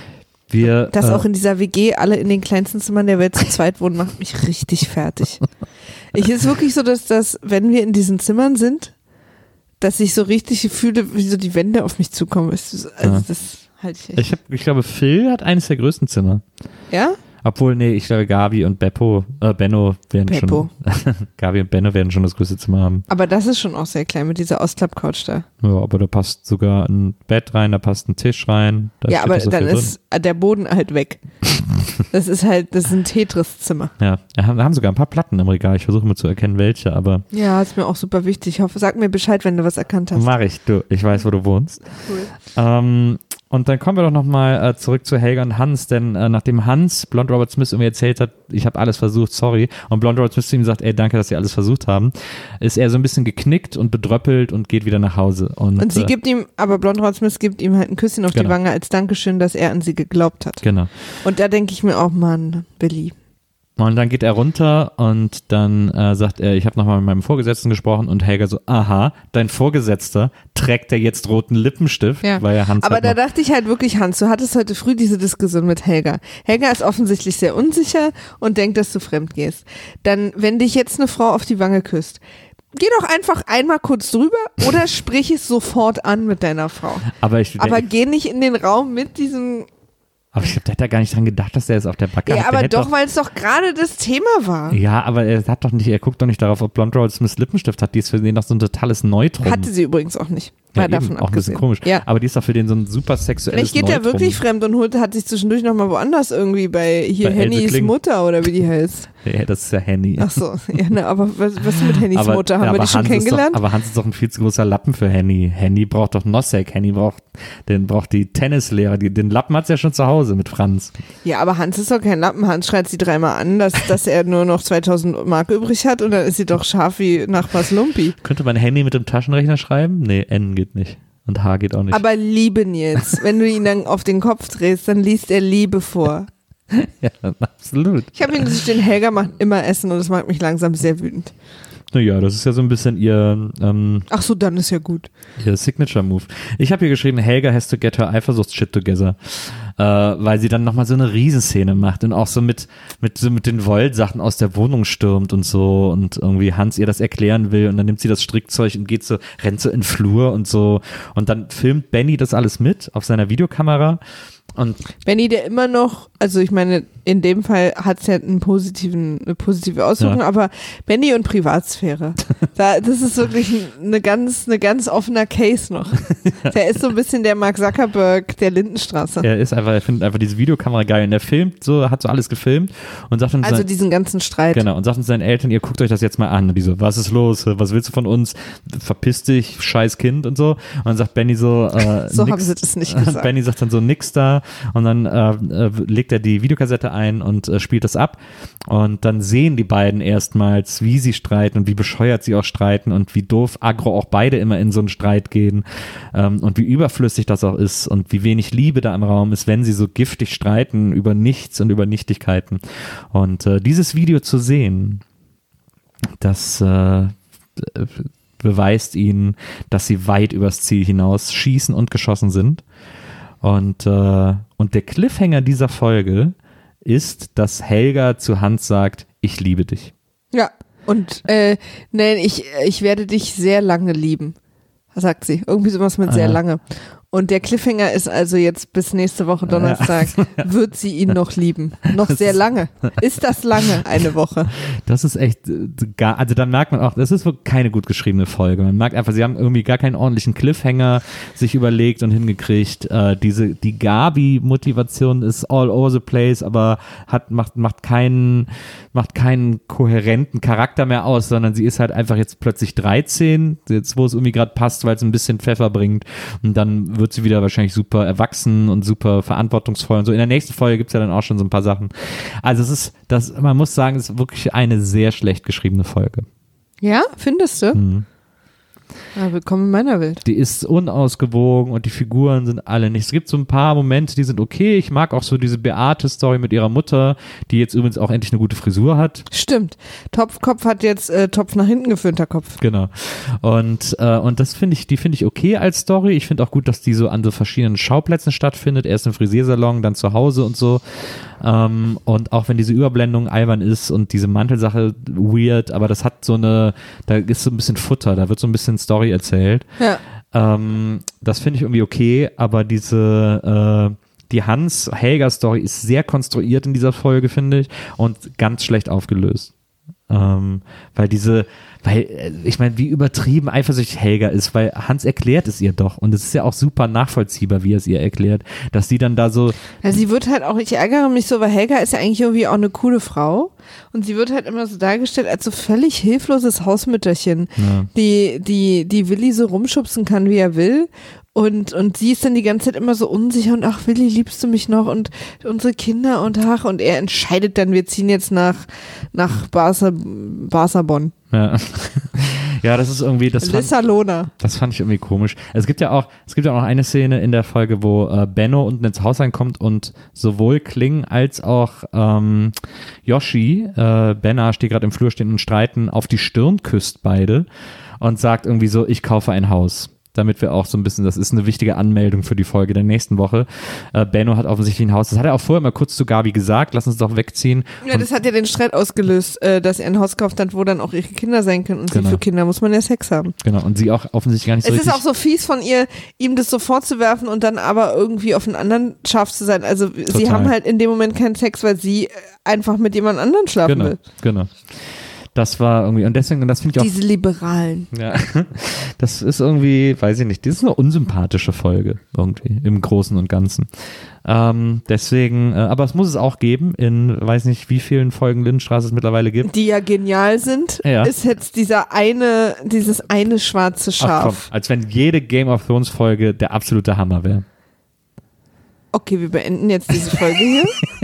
Wir, Dass äh, auch in dieser W G alle in den kleinsten Zimmern der Welt zu zweit wohnen, macht mich richtig fertig. Ich ist wirklich so, dass das, wenn wir in diesen Zimmern sind, dass ich so richtig fühle, wie so die Wände auf mich zukommen. Also ja. das halte ich echt. Ich, hab, ich glaube, Phil hat eines der größten Zimmer. Ja? Obwohl, nee, ich glaube, Gabi und Beppo, äh, Benno werden Beppo. schon, Gabi und Benno werden schon das größte Zimmer haben. Aber das ist schon auch sehr klein mit dieser Ausklappcouch da. Ja, aber da passt sogar ein Bett rein, da passt ein Tisch rein. Da Ja, steht aber so dann viel ist der Boden halt weg. Das ist halt, das ist ein Tetris-Zimmer. Ja, da haben, da haben sogar ein paar Platten im Regal. Ich versuche mal zu erkennen, welche, aber. Ja, ist mir auch super wichtig. Ich hoffe, sag mir Bescheid, wenn du was erkannt hast. Mach ich, du. Ich weiß, wo du wohnst. Cool. Ähm, und dann kommen wir doch nochmal äh, zurück zu Helga und Hans, denn äh, nachdem Hans Blonde Robert Smith irgendwie erzählt hat, ich habe alles versucht, sorry, und Blonde Robert Smith zu ihm sagt, ey, danke, dass Sie alles versucht haben, ist er so ein bisschen geknickt und bedröppelt und geht wieder nach Hause. Und, Und sie äh, gibt ihm, aber Blonde Robert Smith gibt ihm halt ein Küsschen auf Genau. die Wange als Dankeschön, dass er an sie geglaubt hat. Genau. Und da denke ich mir auch, Mann, Billy. Und dann geht er runter und dann äh, sagt er, ich habe nochmal mit meinem Vorgesetzten gesprochen und Helga so, aha, dein Vorgesetzter trägt der jetzt roten Lippenstift, Ja. weil er Hans Aber halt da noch, dachte ich halt wirklich, Hans, du hattest heute früh diese Diskussion mit Helga. Helga ist offensichtlich sehr unsicher und denkt, dass du fremd gehst. Dann, wenn dich jetzt eine Frau auf die Wange küsst, geh doch einfach einmal kurz drüber oder sprich es sofort an mit deiner Frau. aber ich, Aber der, geh nicht in den Raum mit diesem... aber ich glaube, der hat da gar nicht dran gedacht, dass er es auf der Backe Ja, hat. Der aber hätte doch, weil es doch gerade das Thema war. Ja, aber er hat doch nicht, er guckt doch nicht darauf, ob Blonde Robert Smith Lippenstift hat. Die ist für den doch so ein totales Neutrum. Hatte sie übrigens auch nicht. ja, Mal eben, davon auch ein bisschen abgesehen. komisch. Ja. Aber die ist doch für den so ein super sexuelles Vielleicht geht Neutrum. er wirklich fremd und holt, hat sich zwischendurch nochmal woanders irgendwie bei hier Bei Else Hennys Kling. Mutter oder wie die heißt. Ja, das ist ja Henny. Ach so, ja, ne, aber was, was mit Hennys aber, Mutter? Haben ja, wir aber die schon Hans ist kennengelernt? Doch, aber Hans ist doch ein viel zu großer Lappen für Henny. Henny braucht doch Nosek. Henny braucht, den braucht die Tennislehrer. Die, den Lappen hat sie ja schon zu Hause mit Franz. Ja, aber Hans ist doch kein Lappen. Hans schreit sie dreimal an, dass, dass er nur noch zweitausend Mark übrig hat und dann ist sie doch scharf wie Nachbars Lumpi. Könnte man Henny mit dem Taschenrechner schreiben? Nee, N geht nicht. Und H geht auch nicht. Aber lieben jetzt. Wenn du ihn dann auf den Kopf drehst, dann liest er Liebe vor. ja, absolut. Ich habe ihm gestehen, Helga macht immer Essen und das macht mich langsam sehr wütend. Naja, das ist ja so ein bisschen ihr, ähm, Ach so, dann ist ja gut. ihr Signature-Move. Ich habe hier geschrieben, Helga has to get her Eifersuchts-Shit together. Äh, weil sie dann nochmal so eine Riesenszene macht und auch so mit, mit, so mit den Wollsachen aus der Wohnung stürmt und so und irgendwie Hans ihr das erklären will und dann nimmt sie das Strickzeug und geht so, rennt so in den Flur und so und dann filmt Benny das alles mit auf seiner Videokamera Und Benny, der immer noch, also ich meine, in dem Fall hat es ja einen positiven, eine positive Auswirkung, Ja. aber Benny und Privatsphäre, da, das ist wirklich eine ganz, eine ganz offener Case noch. Der ist so ein bisschen der Mark Zuckerberg der Lindenstraße. er ist einfach, er findet einfach diese Videokamera geil und er filmt so, hat so alles gefilmt und sagt dann Also sein, diesen ganzen Streit. genau, und sagt dann seinen Eltern, ihr guckt euch das jetzt mal an. Und die so, was ist los? Was willst du von uns? Verpiss dich, scheiß Kind und so. Und dann sagt Benny so, äh, So nix. haben sie das nicht gesagt. Benny sagt dann so, nix da. Und dann äh, äh, legt er die Videokassette ein und äh, spielt das ab. Und dann sehen die beiden erstmals, wie sie streiten und wie bescheuert sie auch streiten und wie doof aggro auch beide immer in so einen Streit gehen. Ähm, und wie überflüssig das auch ist und wie wenig Liebe da im Raum ist, wenn sie so giftig streiten über nichts und über Nichtigkeiten. Und äh, dieses Video zu sehen, das äh, beweist ihnen, dass sie weit übers Ziel hinaus schießen und geschossen sind. Und, äh, und der Cliffhanger dieser Folge ist, dass Helga zu Hans sagt, ich liebe dich. Ja, und äh, nein, ich, ich werde dich sehr lange lieben, sagt sie. Irgendwie sowas mit sehr Ah. lange. Und der Cliffhanger ist also jetzt bis nächste Woche Donnerstag, wird sie ihn noch lieben. Noch sehr lange. Ist das lange, eine Woche? Das ist echt äh, gar, also da merkt man auch, das ist wirklich keine gut geschriebene Folge. Man merkt einfach, sie haben irgendwie gar keinen ordentlichen Cliffhanger sich überlegt und hingekriegt. Äh, diese, die Gabi-Motivation ist all over the place, aber hat, macht, macht keinen, macht keinen kohärenten Charakter mehr aus, sondern sie ist halt einfach jetzt plötzlich dreizehn, jetzt wo es irgendwie gerade passt, weil es ein bisschen Pfeffer bringt und dann wird sie wieder wahrscheinlich super erwachsen und super verantwortungsvoll und so. In der nächsten Folge gibt es ja dann auch schon so ein paar Sachen. Also es ist, das, man muss sagen, es ist wirklich eine sehr schlecht geschriebene Folge. Ja, findest du? Mhm. Ja, willkommen in meiner Welt. Die ist unausgewogen und die Figuren sind alle nicht. Es gibt so ein paar Momente, die sind okay. Ich mag auch so diese Beate-Story mit ihrer Mutter, die jetzt übrigens auch endlich eine gute Frisur hat. Stimmt. Topfkopf hat jetzt äh, Topf nach hinten geföhnter Kopf. Genau. Und, äh, und das finde ich, die finde ich okay als Story. Ich finde auch gut, dass die so an so verschiedenen Schauplätzen stattfindet. Erst im Frisiersalon, dann zu Hause und so. Ähm, und auch wenn diese Überblendung albern ist und diese Mantelsache weird, aber das hat so eine, da ist so ein bisschen Futter, da wird so ein bisschen Story erzählt. Ja. Ähm, das finde ich irgendwie okay, aber diese, äh, die Hans-Helga-Story ist sehr konstruiert in dieser Folge, finde ich, und ganz schlecht aufgelöst. Ähm, weil diese, weil, äh, ich meine, wie übertrieben eifersüchtig Helga ist, weil Hans erklärt es ihr doch und es ist ja auch super nachvollziehbar, wie er es ihr erklärt, dass sie dann da so. Ja, sie wird halt auch, ich ärgere mich so, weil Helga ist ja eigentlich irgendwie auch eine coole Frau und sie wird halt immer so dargestellt als so völlig hilfloses Hausmütterchen, Ja. die, die, die Willi so rumschubsen kann, wie er will. Und, und sie ist dann die ganze Zeit immer so unsicher und ach, Willi, liebst du mich noch und unsere Kinder und ach, und er entscheidet dann, wir ziehen jetzt nach, nach Barca, Barcelona. Ja. Ja, das ist irgendwie, das fand, Lissalona. das fand ich irgendwie komisch. Es gibt ja auch, es gibt ja auch noch eine Szene in der Folge, wo äh, Benno unten ins Haus reinkommt und sowohl Kling als auch ähm, Yoshi, äh, Benna steht gerade im Flur stehen und streiten, auf die Stirn küsst beide und sagt irgendwie so, ich kaufe ein Haus. Damit wir auch so ein bisschen, das ist eine wichtige Anmeldung für die Folge der nächsten Woche. Äh, Benno hat offensichtlich ein Haus, das hat er auch vorher mal kurz zu Gabi gesagt, lass uns doch wegziehen. Ja, das hat ja den Streit ausgelöst, äh, dass er ein Haus gekauft hat, wo dann auch ihre Kinder sein können und Genau. sie für Kinder muss man ja Sex haben. Genau, und sie auch offensichtlich gar nicht so Es richtig. ist auch so fies von ihr, ihm das so vorzuwerfen und dann aber irgendwie auf einen anderen scharf zu sein. Also sie Total. haben halt in dem Moment keinen Sex, weil sie äh, einfach mit jemand anderen schlafen Genau, will. genau. Das war irgendwie, und deswegen, und das finde ich auch. Diese Liberalen. Ja, das ist irgendwie, weiß ich nicht, das ist eine unsympathische Folge irgendwie im Großen und Ganzen. Ähm, deswegen, äh, aber es muss es auch geben in, weiß nicht, wie vielen Folgen Lindenstraße es mittlerweile gibt. Die ja genial sind, Ja. ist jetzt dieser eine, dieses eine schwarze Ach komm, Schaf. als wenn jede Game of Thrones Folge der absolute Hammer wäre. Okay, wir beenden jetzt diese Folge hier.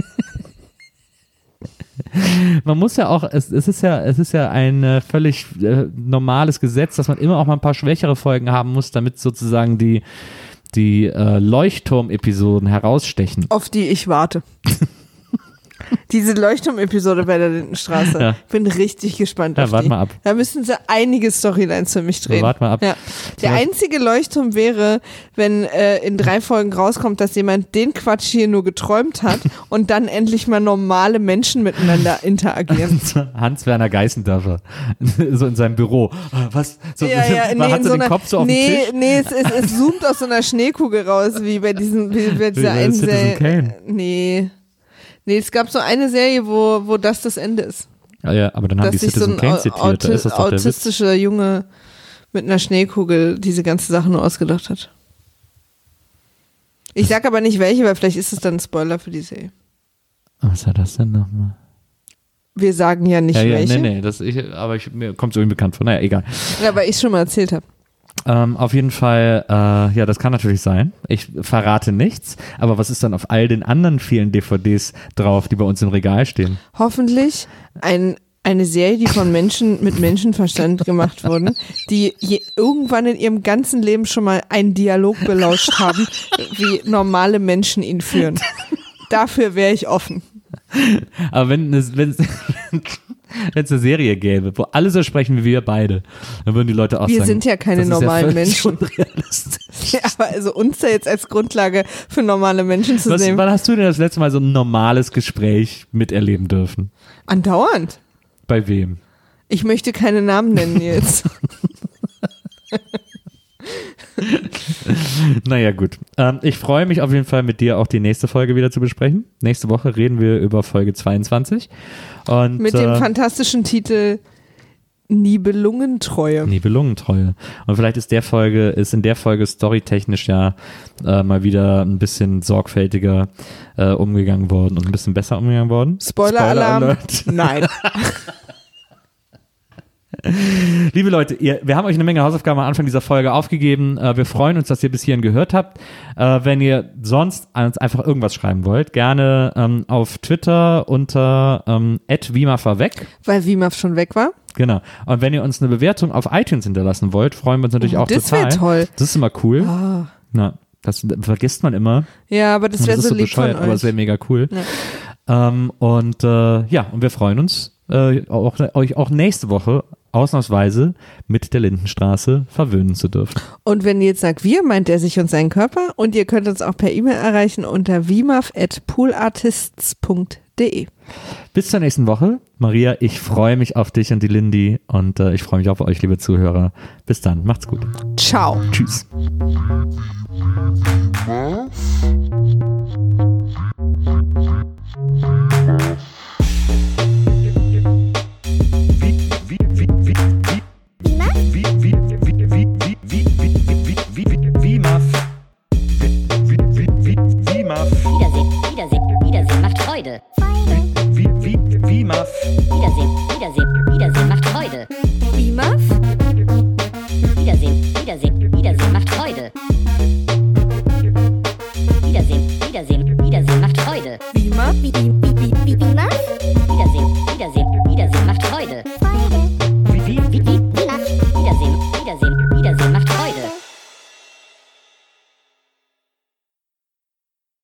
Man muss ja auch, es, es ist ja, es ist ja ein äh, völlig äh, normales Gesetz, dass man immer auch mal ein paar schwächere Folgen haben muss, damit sozusagen die, die äh, Leuchtturm-Episoden herausstechen. Auf die ich warte. Diese Leuchtturm-Episode bei der Lindenstraße. Ja. Bin richtig gespannt Ja, auf wart die. mal ab. Da müssen sie einige Storylines für mich drehen. Wart mal ab. Ja. Der Zum einzige Leuchtturm wäre, wenn äh, in drei Folgen rauskommt, dass jemand den Quatsch hier nur geträumt hat und dann endlich mal normale Menschen miteinander interagieren. Hans-Werner Geißendörfer. So in seinem Büro. Was? So, Ja, ja, man nee, hat in so so den einer, Kopf so auf nee, dem Tisch. nee, es, es, es zoomt aus so einer Schneekugel raus, wie bei diesem, wie bei dieser bei einen Citizen Serie. Kane. Nee. Nee, es gab so eine Serie, wo, wo das das Ende ist. Ja, ja, aber dann haben die Dass sich so Citizen ein Kane Au- zitiert. Da Auti- ist das doch der Witz. autistischer Junge mit einer Schneekugel diese ganze Sache nur ausgedacht hat. Ich sag aber nicht welche, weil vielleicht ist es dann ein Spoiler für die Serie. Was war das denn nochmal? Wir sagen ja nicht Ja, ja, welche, nee, nee, das ich, aber ich, mir kommt es irgendwie bekannt vor. Naja, egal. ja, weil ich es schon mal erzählt habe. Ähm, auf jeden Fall, äh, ja, das kann natürlich sein. Ich verrate nichts, aber was ist dann auf all den anderen vielen D V Ds drauf, die bei uns im Regal stehen? Hoffentlich ein, eine Serie, die von Menschen mit Menschenverstand gemacht wurden, die je, irgendwann in ihrem ganzen Leben schon mal einen Dialog belauscht haben, wie normale Menschen ihn führen. Dafür wäre ich offen. Aber wenn es wenn es wenn es eine Serie gäbe, wo alle so sprechen wie wir beide, dann würden die Leute auch Wir sagen, sind ja keine das ist normalen ja völlig Menschen. unrealistisch. Ja, aber also uns da jetzt als Grundlage für normale Menschen zu Was, sehen. wann hast du denn das letzte Mal so ein normales Gespräch miterleben dürfen? Andauernd. Bei wem? Ich möchte keine Namen nennen jetzt. Naja, gut. Ähm, ich freue mich auf jeden Fall, mit dir auch die nächste Folge wieder zu besprechen. Nächste Woche reden wir über Folge zweiundzwanzig. Und, Mit dem äh, fantastischen Titel Nibelungentreue. Nibelungentreue. Und vielleicht ist der Folge, ist in der Folge storytechnisch ja äh, mal wieder ein bisschen sorgfältiger äh, umgegangen worden und ein bisschen besser umgegangen worden. Spoiler-Alarm. Spoiler-Alert. Nein. Liebe Leute, ihr, wir haben euch eine Menge Hausaufgaben am Anfang dieser Folge aufgegeben. Äh, wir freuen uns, dass ihr bis hierhin gehört habt. Äh, wenn ihr sonst uns einfach irgendwas schreiben wollt, gerne ähm, auf Twitter unter ähm, at wimafaweg. Weil Wimaf schon weg war. Genau. Und wenn ihr uns eine Bewertung auf iTunes hinterlassen wollt, freuen wir uns natürlich Oh, auch das total. wär toll. Das ist immer cool. Ah. Na, das vergisst man immer. Ja, aber das Und wäre ist so lieb bescheuert, von aber es euch. wäre mega cool. Ja. Ähm, und äh, ja, und wir freuen uns, äh, auch, euch auch nächste Woche ausnahmsweise mit der Lindenstraße verwöhnen zu dürfen. Und wenn ihr jetzt sagt, wir, meint er sich und seinen Körper. Und ihr könnt uns auch per E-Mail erreichen unter wimaf at poolartists punkt de. Bis zur nächsten Woche. Maria, ich freue mich auf dich und die Lindy und äh, ich freue mich auch auf euch, liebe Zuhörer. Bis dann, macht's gut. Ciao. Tschüss.